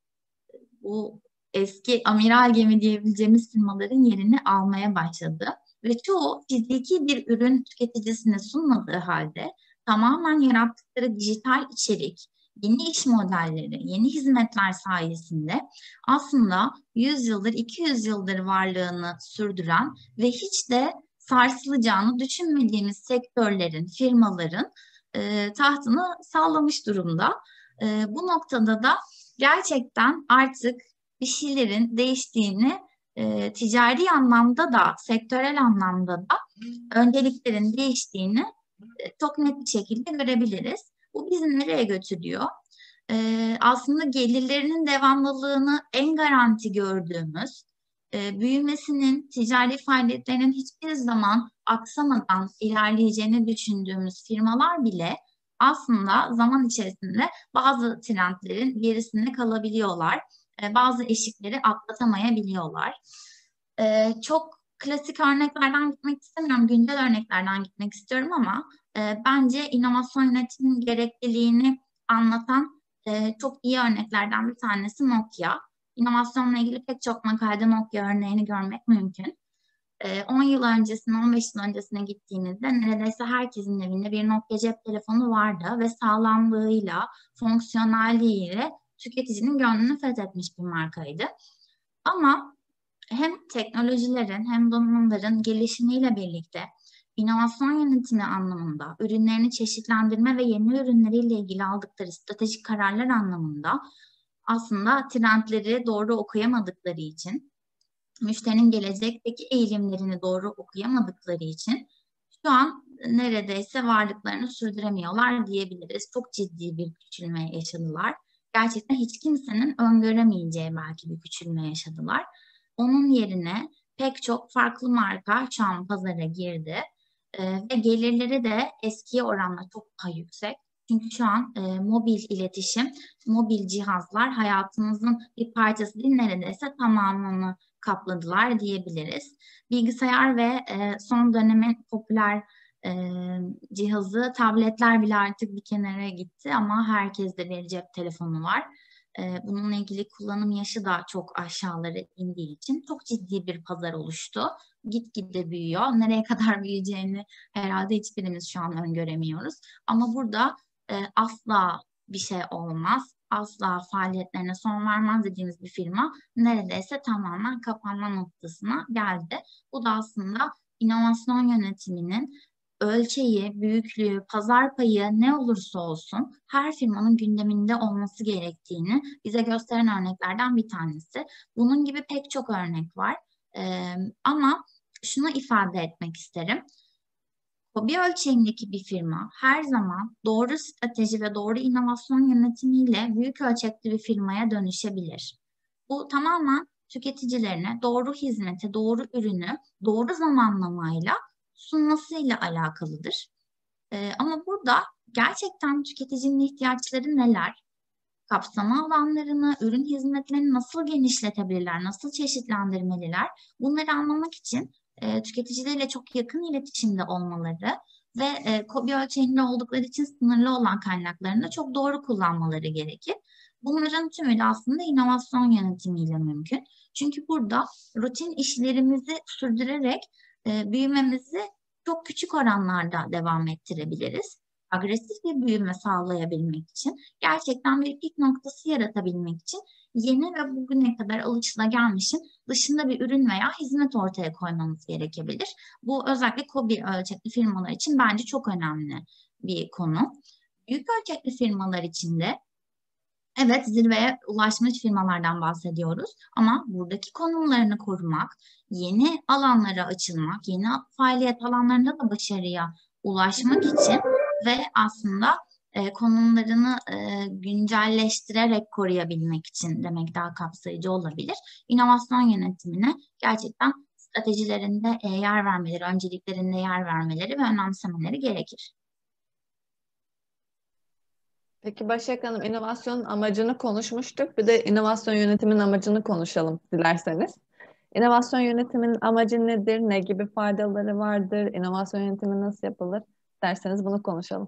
bu eski amiral gemi diyebileceğimiz firmaların yerini almaya başladı. Ve çoğu fiziki bir ürün tüketicisine sunmadığı halde tamamen yarattıkları dijital içerik, yeni iş modelleri, yeni hizmetler sayesinde aslında 100 yıldır, 200 yıldır varlığını sürdüren ve hiç de sarsılacağını düşünmediğimiz sektörlerin, firmaların tahtını sağlamış durumda. Bu noktada da gerçekten artık bir şeylerin değiştiğini ticari anlamda da, sektörel anlamda da önceliklerin değiştiğini çok net bir şekilde görebiliriz. Bu bizi nereye götürüyor? Aslında gelirlerinin devamlılığını en garanti gördüğümüz, büyümesinin, ticari faaliyetlerinin hiçbir zaman aksamadan ilerleyeceğini düşündüğümüz firmalar bile aslında zaman içerisinde bazı trendlerin gerisinde kalabiliyorlar. Bazı eşikleri atlatamayabiliyorlar. Çok klasik örneklerden gitmek istemiyorum, güncel örneklerden gitmek istiyorum ama bence inovasyon yönetiminin gerekliliğini anlatan çok iyi örneklerden bir tanesi Nokia. İnovasyonla ilgili pek çok makalede Nokia örneğini görmek mümkün. 10 yıl öncesine, 15 yıl öncesine gittiğinizde neredeyse herkesin evinde bir Nokia cep telefonu vardı ve sağlamlığıyla, fonksiyonelliğiyle tüketicinin gönlünü fethetmiş bir markaydı. Ama hem teknolojilerin hem donanımların gelişimiyle birlikte inovasyon yönetimi anlamında, ürünlerini çeşitlendirme ve yeni ürünleriyle ilgili aldıkları stratejik kararlar anlamında aslında trendleri doğru okuyamadıkları için, müşterinin gelecekteki eğilimlerini doğru okuyamadıkları için şu an neredeyse varlıklarını sürdüremiyorlar diyebiliriz. Çok ciddi bir küçülme yaşadılar. Gerçekten hiç kimsenin öngöremeyeceği belki bir küçülme yaşadılar. Onun yerine pek çok farklı marka şu an pazara girdi ve gelirleri de eskiye oranla çok daha yüksek. Çünkü şu an mobil iletişim, mobil cihazlar hayatımızın bir parçası değil, neredeyse tamamını kapladılar diyebiliriz. Bilgisayar ve son dönemin popüler cihazı, tabletler bile artık bir kenara gitti ama herkeste bir cep telefonu var. Bununla ilgili kullanım yaşı da çok aşağılara indiği için çok ciddi bir pazar oluştu. Gitgide büyüyor. Nereye kadar büyüyeceğini herhalde hiçbirimiz şu an öngöremiyoruz. Ama burada asla bir şey olmaz, asla faaliyetlerine son vermez dediğimiz bir firma neredeyse tamamen kapanma noktasına geldi. Bu da aslında inovasyon yönetiminin ölçeği, büyüklüğü, pazar payı ne olursa olsun her firmanın gündeminde olması gerektiğini bize gösteren örneklerden bir tanesi. Bunun gibi pek çok örnek var. Ama şunu ifade etmek isterim. Hobi ölçeğindeki bir firma her zaman doğru strateji ve doğru inovasyon yönetimiyle büyük ölçekli bir firmaya dönüşebilir. Bu tamamen tüketicilerine doğru hizmeti, doğru ürünü, doğru zamanlamayla sunmasıyla alakalıdır. Ama burada gerçekten tüketicinin ihtiyaçları neler? Kapsama alanlarını, ürün hizmetlerini nasıl genişletebilirler, nasıl çeşitlendirmeliler? Bunları anlamak için tüketicilerle çok yakın iletişimde olmaları ve KOBİ ölçeğinde oldukları için sınırlı olan kaynaklarını çok doğru kullanmaları gerekir. Bunların tümü de aslında inovasyon yönetimiyle mümkün. Çünkü burada rutin işlerimizi sürdürerek büyümemizi çok küçük oranlarda devam ettirebiliriz. Agresif bir büyüme sağlayabilmek için, gerçekten bir pik noktası yaratabilmek için yeni ve bugüne kadar alışılagelmişin dışında bir ürün veya hizmet ortaya koymamız gerekebilir. Bu özellikle KOBİ ölçekli firmalar için bence çok önemli bir konu. Büyük ölçekli firmalar için de evet, zirveye ulaşmış firmalardan bahsediyoruz ama buradaki konumlarını korumak, yeni alanlara açılmak, yeni faaliyet alanlarında da başarıya ulaşmak için ve aslında konumlarını güncelleştirerek koruyabilmek için demek daha kapsayıcı olabilir. İnovasyon yönetimine gerçekten stratejilerinde yer vermeleri, önceliklerinde yer vermeleri ve önemsemeleri gerekir. Peki Başak Hanım, inovasyon amacını konuşmuştuk. Bir de inovasyon yönetiminin amacını konuşalım dilerseniz. İnovasyon yönetiminin amacı nedir? Ne gibi faydaları vardır? İnovasyon yönetimi nasıl yapılır? Derseniz bunu konuşalım.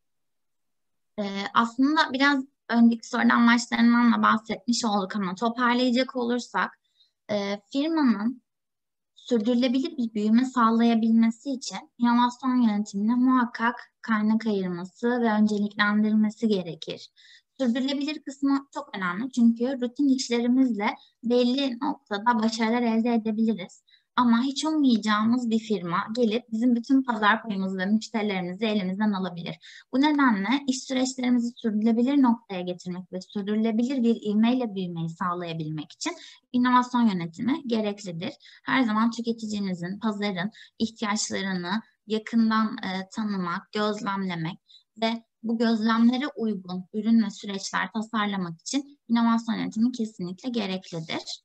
Aslında biraz önceki sorudan başlarından da bahsetmiş olduk ama toparlayacak olursak firmanın sürdürülebilir bir büyüme sağlayabilmesi için inovasyon yönetimine muhakkak kaynak ayırması ve önceliklendirmesi gerekir. Sürdürülebilir kısmı çok önemli çünkü rutin işlerimizle belli noktada başarılar elde edebiliriz. Ama hiç ummayacağımız bir firma gelip bizim bütün pazar payımızı ve müşterilerimizi elimizden alabilir. Bu nedenle iş süreçlerimizi sürdürülebilir noktaya getirmek ve sürdürülebilir bir ivmeyle büyümeyi sağlayabilmek için inovasyon yönetimi gereklidir. Her zaman tüketicinizin, pazarın ihtiyaçlarını yakından tanımak, gözlemlemek ve bu gözlemlere uygun ürün ve süreçler tasarlamak için inovasyon yönetimi kesinlikle gereklidir.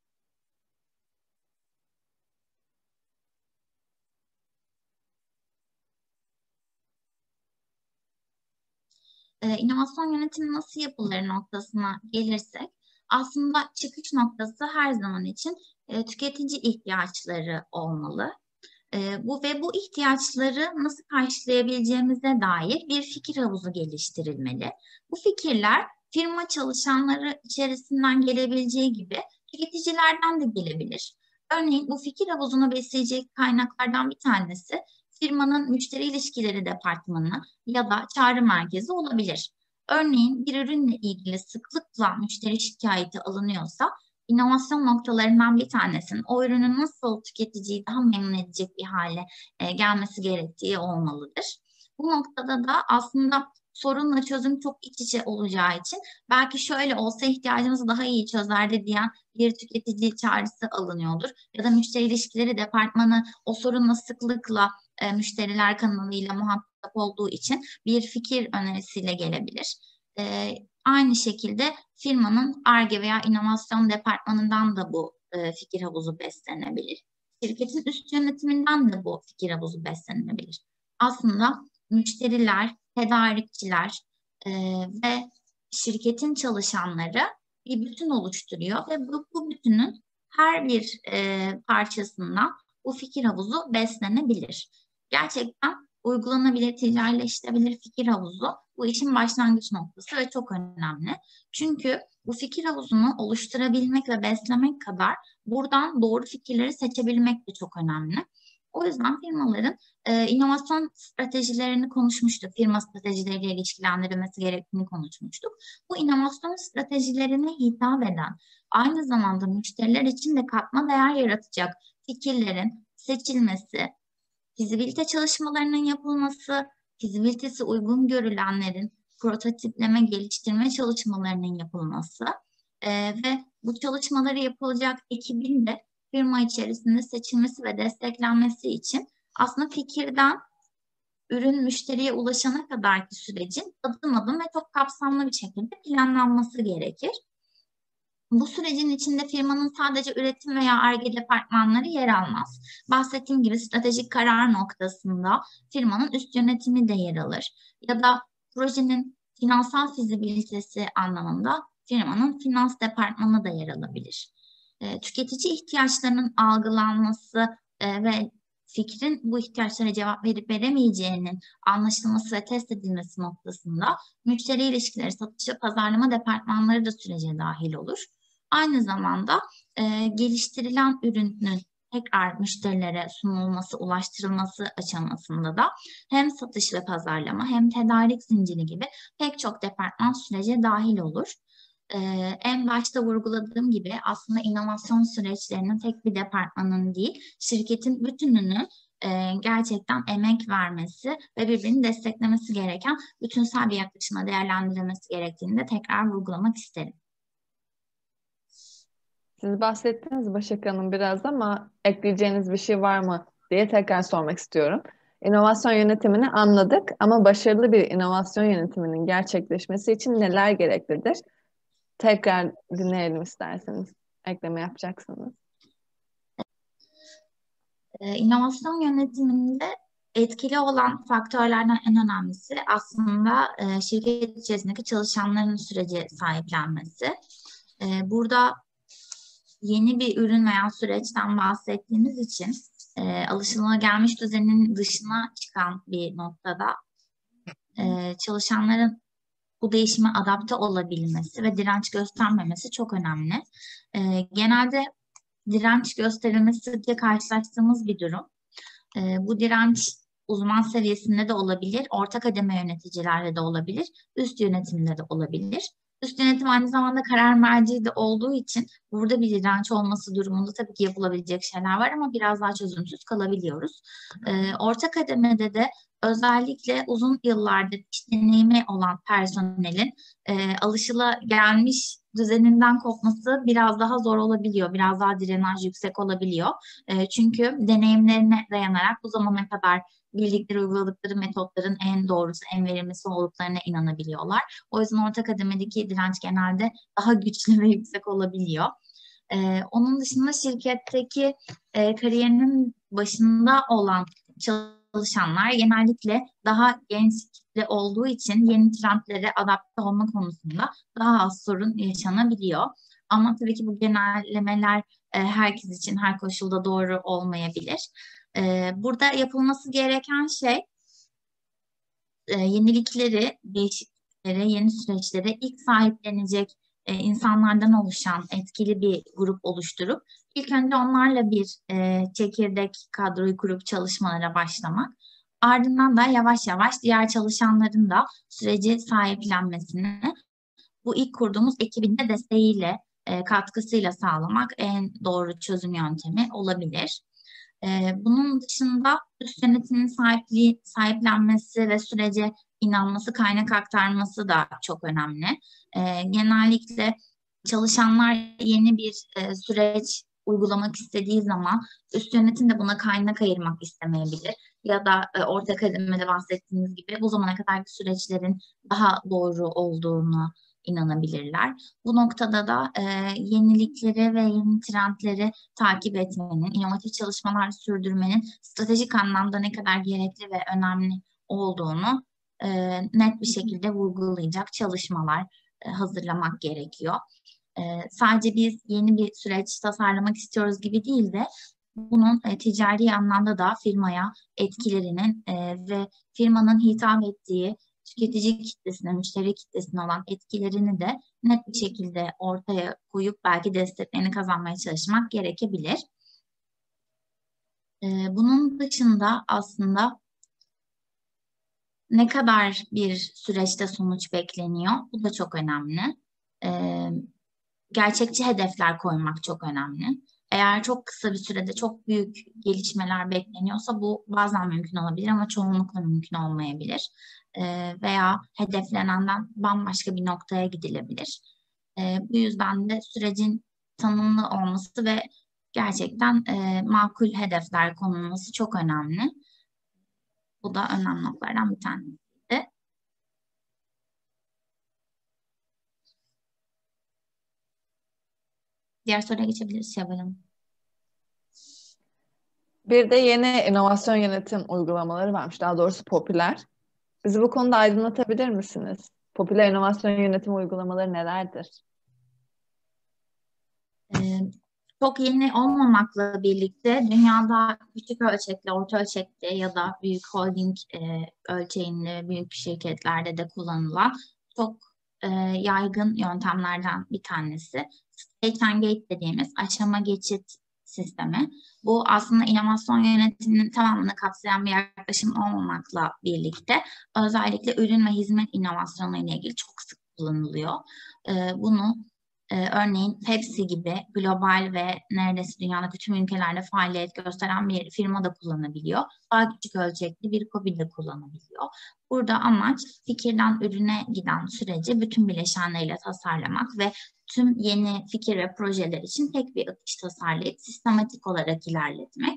İnovasyon yönetimi nasıl yapılır noktasına gelirsek, aslında çıkış noktası her zaman için tüketici ihtiyaçları olmalı. Bu ihtiyaçları nasıl karşılayabileceğimize dair bir fikir havuzu geliştirilmeli. Bu fikirler firma çalışanları içerisinden gelebileceği gibi tüketicilerden de gelebilir. Örneğin bu fikir havuzunu besleyecek kaynaklardan bir tanesi firmanın müşteri ilişkileri departmanı ya da çağrı merkezi olabilir. Örneğin bir ürünle ilgili sıklıkla müşteri şikayeti alınıyorsa inovasyon noktalarından bir tanesinin o ürünün nasıl tüketiciyi daha memnun edecek bir hale gelmesi gerektiği olmalıdır. Bu noktada da aslında sorunla çözüm çok iç içe olacağı için belki şöyle olsa ihtiyacımızı daha iyi çözerdi diyen bir tüketici çağrısı alınıyordur. Ya da müşteri ilişkileri departmanı o sorunla sıklıkla müşteriler kanalıyla muhatap olduğu için bir fikir önerisiyle gelebilir. Aynı şekilde firmanın Ar-Ge veya inovasyon departmanından da bu fikir havuzu beslenebilir. Şirketin üst yönetiminden de bu fikir havuzu beslenebilir. Aslında müşteriler, tedarikçiler ve şirketin çalışanları bir bütün oluşturuyor ve bu bütünün her bir parçasından bu fikir havuzu beslenebilir. Gerçekten uygulanabilir, ticarileştirebilir fikir havuzu bu işin başlangıç noktası ve çok önemli. Çünkü bu fikir havuzunu oluşturabilmek ve beslemek kadar buradan doğru fikirleri seçebilmek de çok önemli. O yüzden firmaların inovasyon stratejilerini konuşmuştuk. Firma stratejileriyle ilişkilendirilmesi gerektiğini konuşmuştuk. Bu inovasyon stratejilerine hitap eden, aynı zamanda müşteriler için de katma değer yaratacak fikirlerin seçilmesi, fizibilite çalışmalarının yapılması, fizibilitesi uygun görülenlerin prototipleme, geliştirme çalışmalarının yapılması ve bu çalışmaları yapılacak ekibin de firma içerisinde seçilmesi ve desteklenmesi için aslında fikirden ürün müşteriye ulaşana kadarki sürecin adım adım ve çok kapsamlı bir şekilde planlanması gerekir. Bu sürecin içinde firmanın sadece üretim veya Ar-Ge departmanları yer almaz. Bahsettiğim gibi stratejik karar noktasında firmanın üst yönetimi de yer alır. Ya da projenin finansal fizibilitesi anlamında firmanın finans departmanı da yer alabilir. Tüketici ihtiyaçlarının algılanması ve fikrin bu ihtiyaçlara cevap verip veremeyeceğinin anlaşılması ve test edilmesi noktasında müşteri ilişkileri, satış ve pazarlama departmanları da sürece dahil olur. Aynı zamanda geliştirilen ürünün tekrar müşterilere sunulması, ulaştırılması aşamasında da hem satış ve pazarlama hem tedarik zinciri gibi pek çok departman sürece dahil olur. En başta vurguladığım gibi aslında inovasyon süreçlerinin tek bir departmanın değil, şirketin bütününü gerçekten emek vermesi ve birbirini desteklemesi gereken bütünsel bir yaklaşıma değerlendirilmesi gerektiğini de tekrar vurgulamak isterim. Siz bahsettiniz Başak Hanım biraz ama ekleyeceğiniz bir şey var mı diye tekrar sormak istiyorum. İnovasyon yönetimini anladık ama başarılı bir inovasyon yönetiminin gerçekleşmesi için neler gereklidir? Tekrar dinleyelim isterseniz. Ekleme yapacaksınız. İnovasyon yönetiminde etkili olan faktörlerden en önemlisi aslında şirket içerisindeki çalışanların sürece sahiplenmesi. Burada yeni bir ürün veya süreçten bahsettiğimiz için alışılagelmiş düzenin dışına çıkan bir noktada çalışanların bu değişime adapte olabilmesi ve direnç göstermemesi çok önemli. Genelde direnç gösterilmesi diye karşılaştığımız bir durum. Bu direnç uzman seviyesinde de olabilir, orta kademe yöneticilerde de olabilir, üst yönetimde de olabilir. Üst yönetim aynı zamanda karar merci de olduğu için burada bir direnç olması durumunda tabii ki yapılabilecek şeyler var ama biraz daha çözümsüz kalabiliyoruz. Orta kademede de özellikle uzun yıllardır iş deneyimi olan personelin alışılagelmiş düzeninden kopması biraz daha zor olabiliyor. Biraz daha direnç yüksek olabiliyor. Çünkü deneyimlerine dayanarak bu zamana kadar bildikleri, uyguladıkları metotların en doğrusu, en verimlisi olduklarına inanabiliyorlar. O yüzden orta kademedeki direnç genelde daha güçlü ve yüksek olabiliyor. Onun dışında şirketteki kariyerinin başında olan çalışanlar genellikle daha genç kitle olduğu için yeni trendlere adapte olma konusunda daha az sorun yaşanabiliyor. Ama tabii ki bu genellemeler herkes için her koşulda doğru olmayabilir. Burada yapılması gereken şey yenilikleri, değişiklikleri, yeni süreçlere ilk sahiplenecek insanlardan oluşan etkili bir grup oluşturup ilk önce onlarla bir çekirdek kadroyu kurup çalışmalara başlamak. Ardından da yavaş yavaş diğer çalışanların da süreci sahiplenmesini bu ilk kurduğumuz ekibin de desteğiyle, katkısıyla sağlamak en doğru çözüm yöntemi olabilir. Bunun dışında üst yönetimin sahiplenmesi ve sürece inanması, kaynak aktarması da çok önemli. Genellikle çalışanlar yeni bir süreç uygulamak istediği zaman üst yönetim de buna kaynak ayırmak istemeyebilir. Ya da orta kademede bahsettiğiniz gibi bu zamana kadarki süreçlerin daha doğru olduğunu inanabilirler. Bu noktada da yenilikleri ve yeni trendleri takip etmenin, inovatif çalışmalar sürdürmenin stratejik anlamda ne kadar gerekli ve önemli olduğunu net bir şekilde vurgulayacak çalışmalar hazırlamak gerekiyor. Sadece biz yeni bir süreç tasarlamak istiyoruz gibi değil de bunun ticari anlamda da firmaya etkilerinin ve firmanın hitap ettiği tüketici kitlesine, müşteri kitlesine olan etkilerini de net bir şekilde ortaya koyup belki desteklerini kazanmaya çalışmak gerekebilir. Bunun dışında aslında ne kadar bir süreçte sonuç bekleniyor? Bu da çok önemli. Gerçekçi hedefler koymak çok önemli. Eğer çok kısa bir sürede çok büyük gelişmeler bekleniyorsa bu bazen mümkün olabilir ama çoğunlukla mümkün olmayabilir. Veya hedeflenenden bambaşka bir noktaya gidilebilir. Bu yüzden de sürecin tanımlı olması ve gerçekten makul hedefler konulması çok önemli. Bu da önemli noktalardan bir tanesi. Diğer soruya geçebiliriz Şevval Hanım. Bir de yeni inovasyon yönetim uygulamaları varmış. Daha doğrusu popüler. Bizi bu konuda aydınlatabilir misiniz? Popüler inovasyon yönetim uygulamaları nelerdir? Ee, Çok yeni olmamakla birlikte dünyada küçük ölçekli, orta ölçekli ya da büyük holding ölçeğinde büyük şirketlerde de kullanılan çok yaygın yöntemlerden bir tanesi. Stage and Gate dediğimiz aşama geçit sistemi. Bu aslında inovasyon yönetiminin tamamını kapsayan bir yaklaşım olmamakla birlikte özellikle ürün ve hizmet inovasyonu ile ilgili çok sık kullanılıyor. Bunu örneğin Pepsi gibi global ve neredeyse dünyadaki tüm ülkelerde faaliyet gösteren bir firma da kullanabiliyor. Daha küçük ölçekli bir KOBİ de kullanabiliyor. Burada amaç fikirden ürüne giden süreci bütün bileşenleriyle tasarlamak ve tüm yeni fikir ve projeler için tek bir akış tasarlayıp sistematik olarak ilerletmek.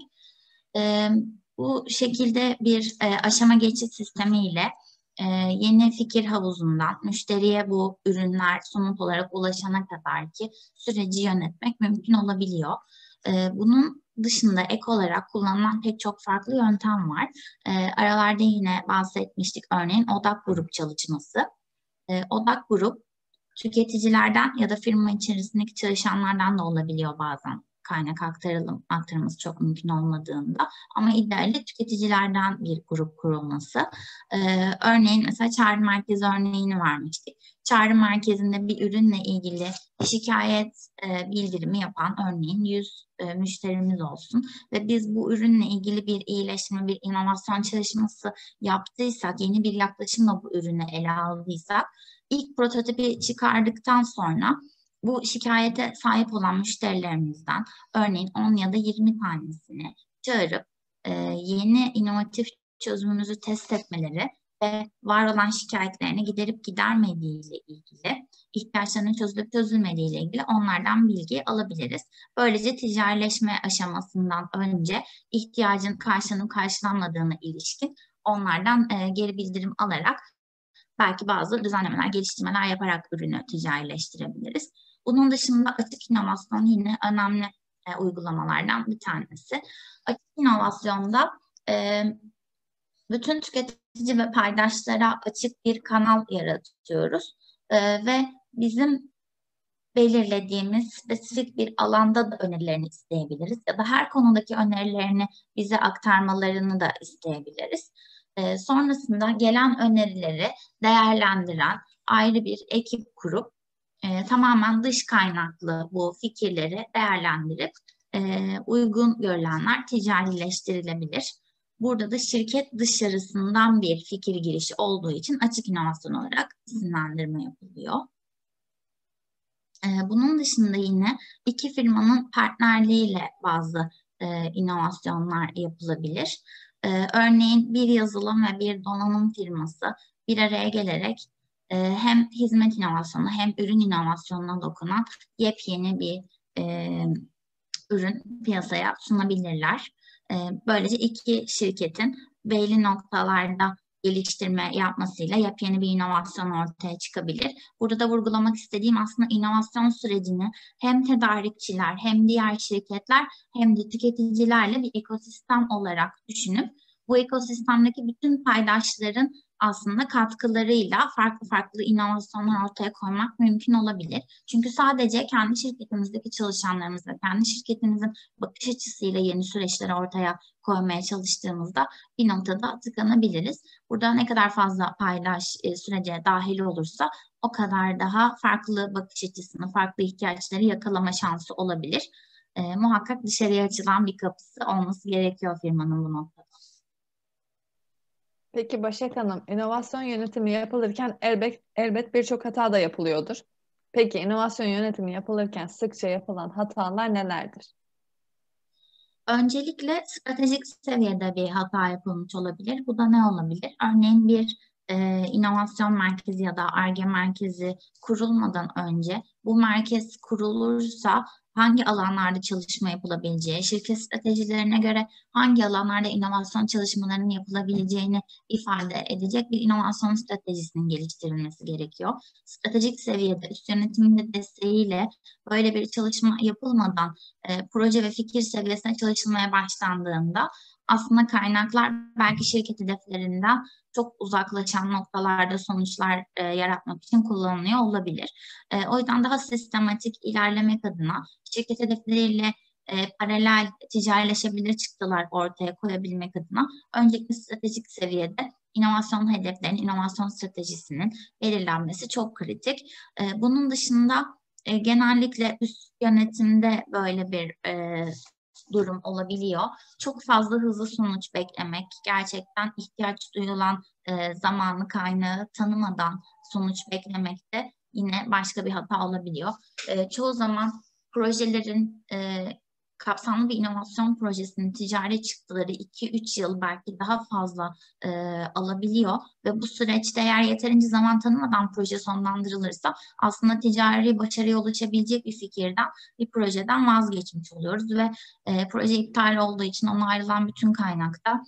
Bu şekilde bir aşama geçit sistemiyle yeni fikir havuzundan müşteriye bu ürünler somut olarak ulaşana kadar ki süreci yönetmek mümkün olabiliyor. Bunun dışında ek olarak kullanılan pek çok farklı yöntem var. Aralarda yine bahsetmiştik, örneğin odak grup çalışması. Odak grup tüketicilerden ya da firma içerisindeki çalışanlardan da olabiliyor bazen. Kaynak aktarılması çok mümkün olmadığında, ama idealde tüketicilerden bir grup kurulması. Örneğin mesela çağrı merkezi örneğini vermiştik. Çağrı merkezinde bir ürünle ilgili şikayet bildirimi yapan örneğin 100 müşterimiz olsun ve biz bu ürünle ilgili bir iyileştirme, bir inovasyon çalışması yaptıysak, yeni bir yaklaşımla bu ürünü ele aldıysak, İlk prototipi çıkardıktan sonra bu şikayete sahip olan müşterilerimizden örneğin 10 ya da 20 tanesini çağırıp yeni inovatif çözümümüzü test etmeleri ve var olan şikayetlerini giderip gidermediği ile ilgili, ihtiyaçlarının çözülüp çözülmediği ile ilgili onlardan bilgi alabiliriz. Böylece ticarileşme aşamasından önce ihtiyacın karşılanıp karşılanmadığına ilişkin onlardan geri bildirim alarak belki bazı düzenlemeler, geliştirmeler yaparak ürünü ticarileştirebiliriz. Bunun dışında açık inovasyon yine önemli uygulamalardan bir tanesi. Açık inovasyonda bütün tüketici ve paydaşlara açık bir kanal yaratıyoruz. Ve bizim belirlediğimiz spesifik bir alanda da önerilerini isteyebiliriz ya da her konudaki önerilerini bize aktarmalarını da isteyebiliriz. Sonrasında gelen önerileri değerlendiren ayrı bir ekip kurup tamamen dış kaynaklı bu fikirleri değerlendirip uygun görülenler ticarileştirilebilir. Burada da şirket dışarısından bir fikir girişi olduğu için açık inovasyon olarak isimlendirme yapılıyor. Bunun dışında yine iki firmanın partnerliğiyle bazı inovasyonlar yapılabilir. Örneğin bir yazılım ve bir donanım firması bir araya gelerek hem hizmet inovasyonu hem ürün inovasyonuna dokunan yepyeni bir ürün piyasaya sunabilirler. Böylece iki şirketin belli noktalarda geliştirme yapmasıyla yepyeni bir inovasyon ortaya çıkabilir. Burada da vurgulamak istediğim aslında inovasyon sürecini hem tedarikçiler hem diğer şirketler hem de tüketicilerle bir ekosistem olarak düşünüp bu ekosistemdeki bütün paydaşların aslında katkılarıyla farklı farklı inovasyonlar ortaya koymak mümkün olabilir. Çünkü sadece kendi şirketimizdeki çalışanlarımız ve kendi şirketimizin bakış açısıyla yeni süreçleri ortaya koymaya çalıştığımızda bir noktada tıkanabiliriz. Burada ne kadar fazla paydaş sürece dahil olursa o kadar daha farklı bakış açısını, farklı ihtiyaçları yakalama şansı olabilir. Muhakkak dışarıya açılan bir kapısı olması gerekiyor firmanın bu noktada. Peki Başak Hanım, inovasyon yönetimi yapılırken elbet birçok hata da yapılıyordur. Peki inovasyon yönetimi yapılırken sıkça yapılan hatalar nelerdir? Öncelikle stratejik seviyede bir hata yapılmış olabilir. Bu da ne olabilir? Örneğin bir inovasyon merkezi ya da Ar-Ge merkezi kurulmadan önce bu merkez kurulursa hangi alanlarda çalışma yapılabileceği, şirket stratejilerine göre hangi alanlarda inovasyon çalışmalarının yapılabileceğini ifade edecek bir inovasyon stratejisinin geliştirilmesi gerekiyor. Stratejik seviyede üst yönetimin de desteğiyle böyle bir çalışma yapılmadan proje ve fikir seviyesine çalışılmaya başlandığında aslında kaynaklar belki şirket hedeflerinden çok uzaklaşan noktalarda sonuçlar yaratmak için kullanılıyor olabilir. O yüzden daha sistematik ilerlemek adına şirket hedefleriyle paralel ticarileşebilir çıktılar ortaya koyabilmek adına öncelikle stratejik seviyede inovasyon hedeflerinin, inovasyon stratejisinin belirlenmesi çok kritik. Bunun dışında genellikle üst yönetimde böyle bir durum olabiliyor. Çok fazla hızlı sonuç beklemek, gerçekten ihtiyaç duyulan zamanı, kaynağı tanımadan sonuç beklemek de yine başka bir hata olabiliyor. Çoğu zaman projelerin kapsamlı bir inovasyon projesinin ticari çıktıları 2-3 yıl belki daha fazla alabiliyor ve bu süreçte eğer yeterince zaman tanımadan proje sonlandırılırsa aslında ticari başarıya ulaşabilecek bir fikirden, bir projeden vazgeçmiş oluyoruz ve proje iptal olduğu için ona ayrılan bütün kaynakta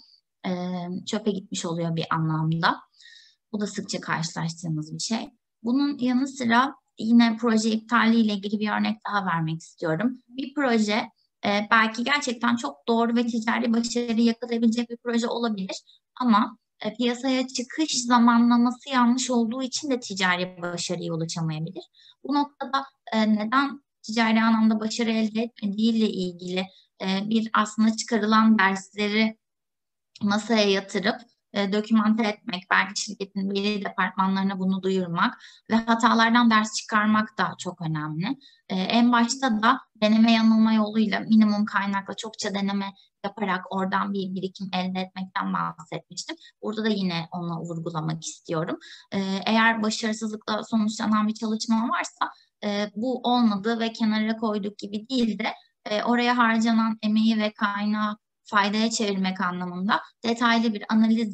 çöpe gitmiş oluyor bir anlamda. Bu da sıkça karşılaştığımız bir şey. Bunun yanı sıra yine proje iptaliyle ilgili bir örnek daha vermek istiyorum. Bir proje belki gerçekten çok doğru ve ticari başarı yakalayabilecek bir proje olabilir ama piyasaya çıkış zamanlaması yanlış olduğu için de ticari başarıya ulaşamayabilir. Bu noktada neden ticari anlamda başarı elde etmediğiyle ilgili bir aslında çıkarılan dersleri masaya yatırıp dokümante etmek, belki şirketin belirli departmanlarına bunu duyurmak ve hatalardan ders çıkarmak da çok önemli. En başta da deneme yanılma yoluyla minimum kaynakla çokça deneme yaparak oradan bir birikim elde etmekten bahsetmiştim. Burada da yine onu vurgulamak istiyorum. Eğer başarısızlıkla sonuçlanan bir çalışma varsa bu olmadı ve kenara koyduk gibi değil de oraya harcanan emeği ve kaynağı faydaya çevirmek anlamında detaylı bir analiz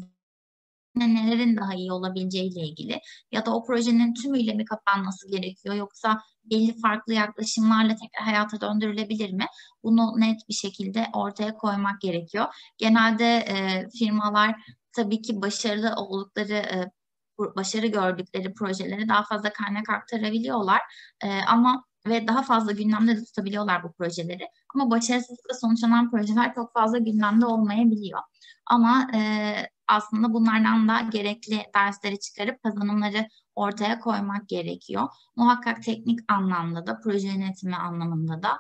nelerin daha iyi olabileceğiyle ilgili ya da o projenin tümüyle mi kapanması gerekiyor yoksa belli farklı yaklaşımlarla tekrar hayata döndürülebilir mi? Bunu net bir şekilde ortaya koymak gerekiyor. Genelde firmalar tabii ki başarılı oldukları başarı gördükleri projelere daha fazla kaynak aktarabiliyorlar ama ve daha fazla gündemde de tutabiliyorlar bu projeleri. Ama başarısızlıkla sonuçlanan projeler çok fazla gündemde olmayabiliyor. Ama aslında bunlardan da gerekli dersleri çıkarıp kazanımları ortaya koymak gerekiyor. Muhakkak teknik anlamda da, proje yönetimi anlamında da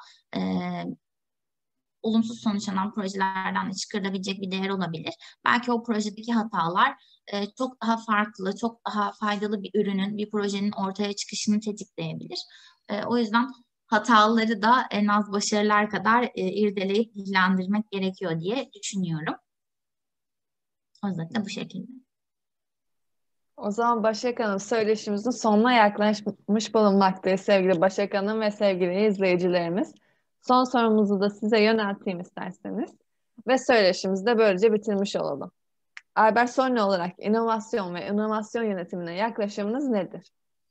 olumsuz sonuçlanan projelerden de çıkarılabilecek bir değer olabilir. Belki o projedeki hatalar çok daha farklı, çok daha faydalı bir ürünün, bir projenin ortaya çıkışını tetikleyebilir. O yüzden hataları da en az başarılar kadar irdeleyip dillendirmek gerekiyor diye düşünüyorum. Özetle bu şekilde. O zaman Başak Hanım, söyleşimizin sonuna yaklaşmış bulunmaktayız sevgili Başak Hanım ve sevgili izleyicilerimiz. Son sorumuzu da size yönelteyim isterseniz. Ve söyleşimizi de böylece bitirmiş olalım. Albert Sonne olarak inovasyon ve inovasyon yönetimine yaklaşımınız nedir?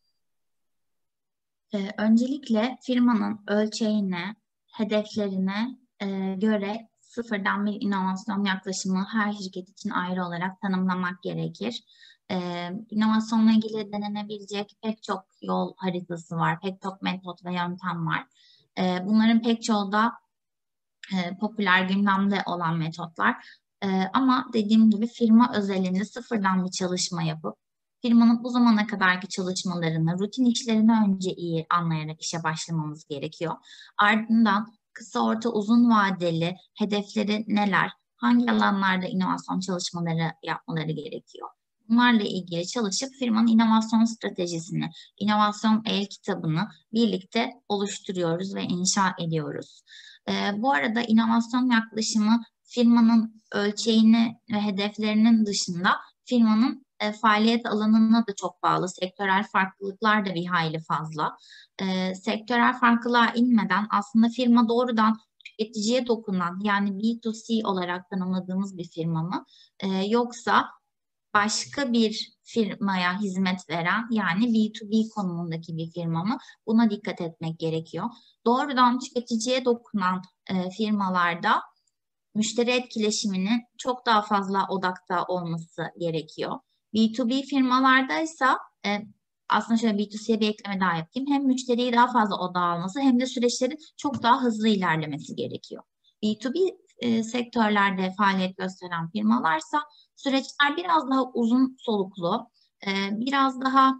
Öncelikle firmanın ölçeğine, hedeflerine göre sıfırdan bir inovasyon yaklaşımı her şirket için ayrı olarak tanımlamak gerekir. İnovasyonla ilgili denenebilecek pek çok yol haritası var, pek çok metot ve yöntem var. Bunların pek çoğu da popüler gündemde olan metotlar. Ama dediğim gibi firma özelinde sıfırdan bir çalışma yapıp firmanın bu zamana kadarki çalışmalarını, rutin işlerini önce iyi anlayarak işe başlamamız gerekiyor. Ardından kısa, orta, uzun vadeli hedefleri neler, hangi alanlarda inovasyon çalışmaları yapmaları gerekiyor? Bunlarla ilgili çalışıp firmanın inovasyon stratejisini, inovasyon el kitabını birlikte oluşturuyoruz ve inşa ediyoruz. Bu arada inovasyon yaklaşımı firmanın ölçeğini ve hedeflerinin dışında firmanın faaliyet alanına da çok bağlı. Sektörel farklılıklar da bir hayli fazla. Sektörel farklılığa inmeden aslında firma doğrudan tüketiciye dokunan, yani B2C olarak tanımladığımız bir firma mı? Yoksa başka bir firmaya hizmet veren, yani B2B konumundaki bir firma mı? Buna dikkat etmek gerekiyor. Doğrudan tüketiciye dokunan firmalarda müşteri etkileşiminin çok daha fazla odakta olması gerekiyor. B2B firmalarda ise aslında şöyle B2C'ye bir ekleme daha yapayım. Hem müşteriyi daha fazla odağa alması hem de süreçlerin çok daha hızlı ilerlemesi gerekiyor. B2B sektörlerde faaliyet gösteren firmalarsa süreçler biraz daha uzun soluklu, biraz daha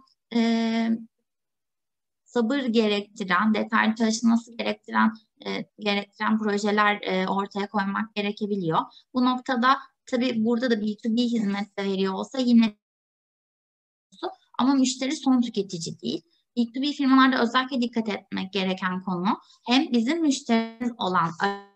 sabır gerektiren, detaylı çalışılması gerektiren projeler ortaya koymak gerekebiliyor. Bu noktada tabii burada da B2B hizmet de veriyor olsa yine, ama müşteri son tüketici değil. B2B firmalarda özellikle dikkat etmek gereken konu hem bizim müşterimiz olan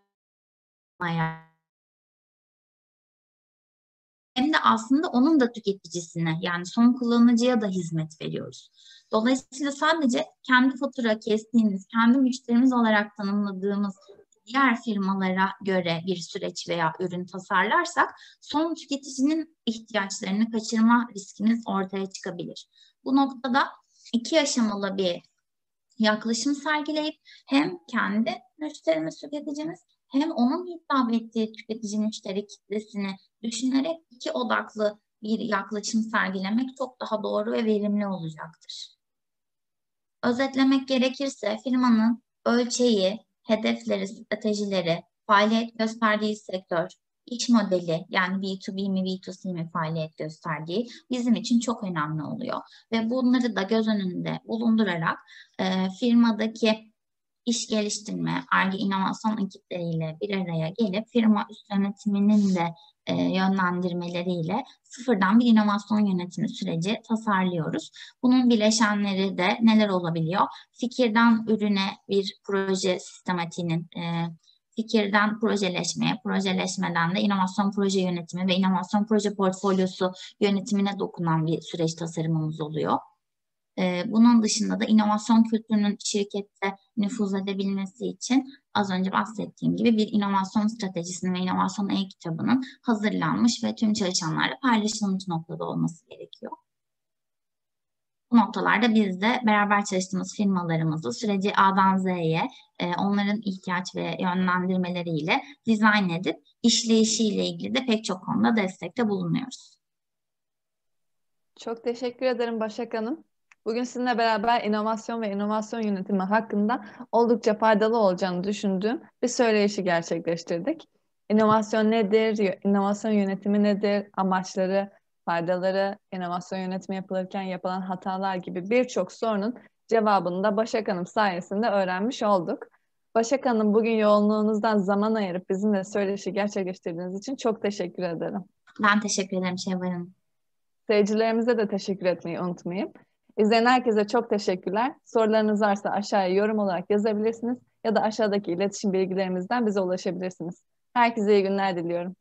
hem de aslında onun da tüketicisine, yani son kullanıcıya da hizmet veriyoruz. Dolayısıyla sadece kendi fatura kestiğimiz, kendi müşterimiz olarak tanımladığımız diğer firmalara göre bir süreç veya ürün tasarlarsak son tüketicinin ihtiyaçlarını kaçırma riskimiz ortaya çıkabilir. Bu noktada 2 aşamalı bir yaklaşım sergileyip hem kendi müşterimiz, tüketicimiz, hem onun hitap ettiği tüketici müşteri kitlesini düşünerek 2 odaklı bir yaklaşım sergilemek çok daha doğru ve verimli olacaktır. Özetlemek gerekirse firmanın ölçeği, hedefleri, stratejileri, faaliyet gösterdiği sektör, iş modeli, yani B2B mi B2C mi faaliyet gösterdiği bizim için çok önemli oluyor. Ve bunları da göz önünde bulundurarak firmadaki iş geliştirme, Ar-Ge inovasyon ekipleriyle bir araya gelip firma üst yönetiminin de yönlendirmeleriyle sıfırdan bir inovasyon yönetimi süreci tasarlıyoruz. Bunun bileşenleri de neler olabiliyor? Fikirden ürüne bir proje sistematiğinin, fikirden projeleşmeye, projeleşmeden de inovasyon proje yönetimi ve inovasyon proje portfolyosu yönetimine dokunan bir süreç tasarımımız oluyor. Bunun dışında da inovasyon kültürünün şirkette nüfuz edebilmesi için az önce bahsettiğim gibi bir inovasyon stratejisinin ve inovasyon e-kitabının hazırlanmış ve tüm çalışanlarla paylaşılmış noktada olması gerekiyor. Bu noktalarda biz de beraber çalıştığımız firmalarımızı süreci A'dan Z'ye onların ihtiyaç ve yönlendirmeleriyle dizayn edip işleyişiyle ilgili de pek çok konuda destekte bulunuyoruz. Çok teşekkür ederim Başak Hanım. Bugün sizinle beraber inovasyon ve inovasyon yönetimi hakkında oldukça faydalı olacağını düşündüğüm bir söyleşi gerçekleştirdik. İnovasyon nedir? İnovasyon yönetimi nedir? Amaçları, faydaları, inovasyon yönetimi yapılırken yapılan hatalar gibi birçok sorunun cevabını da Başak Hanım sayesinde öğrenmiş olduk. Başak Hanım, bugün yoğunluğunuzdan zaman ayırıp bizimle söyleşi gerçekleştirdiğiniz için çok teşekkür ederim. Ben teşekkür ederim Şevval Hanım. Seyircilerimize de teşekkür etmeyi unutmayın. İzleyen herkese çok teşekkürler. Sorularınız varsa aşağıya yorum olarak yazabilirsiniz ya da aşağıdaki iletişim bilgilerimizden bize ulaşabilirsiniz. Herkese iyi günler diliyorum.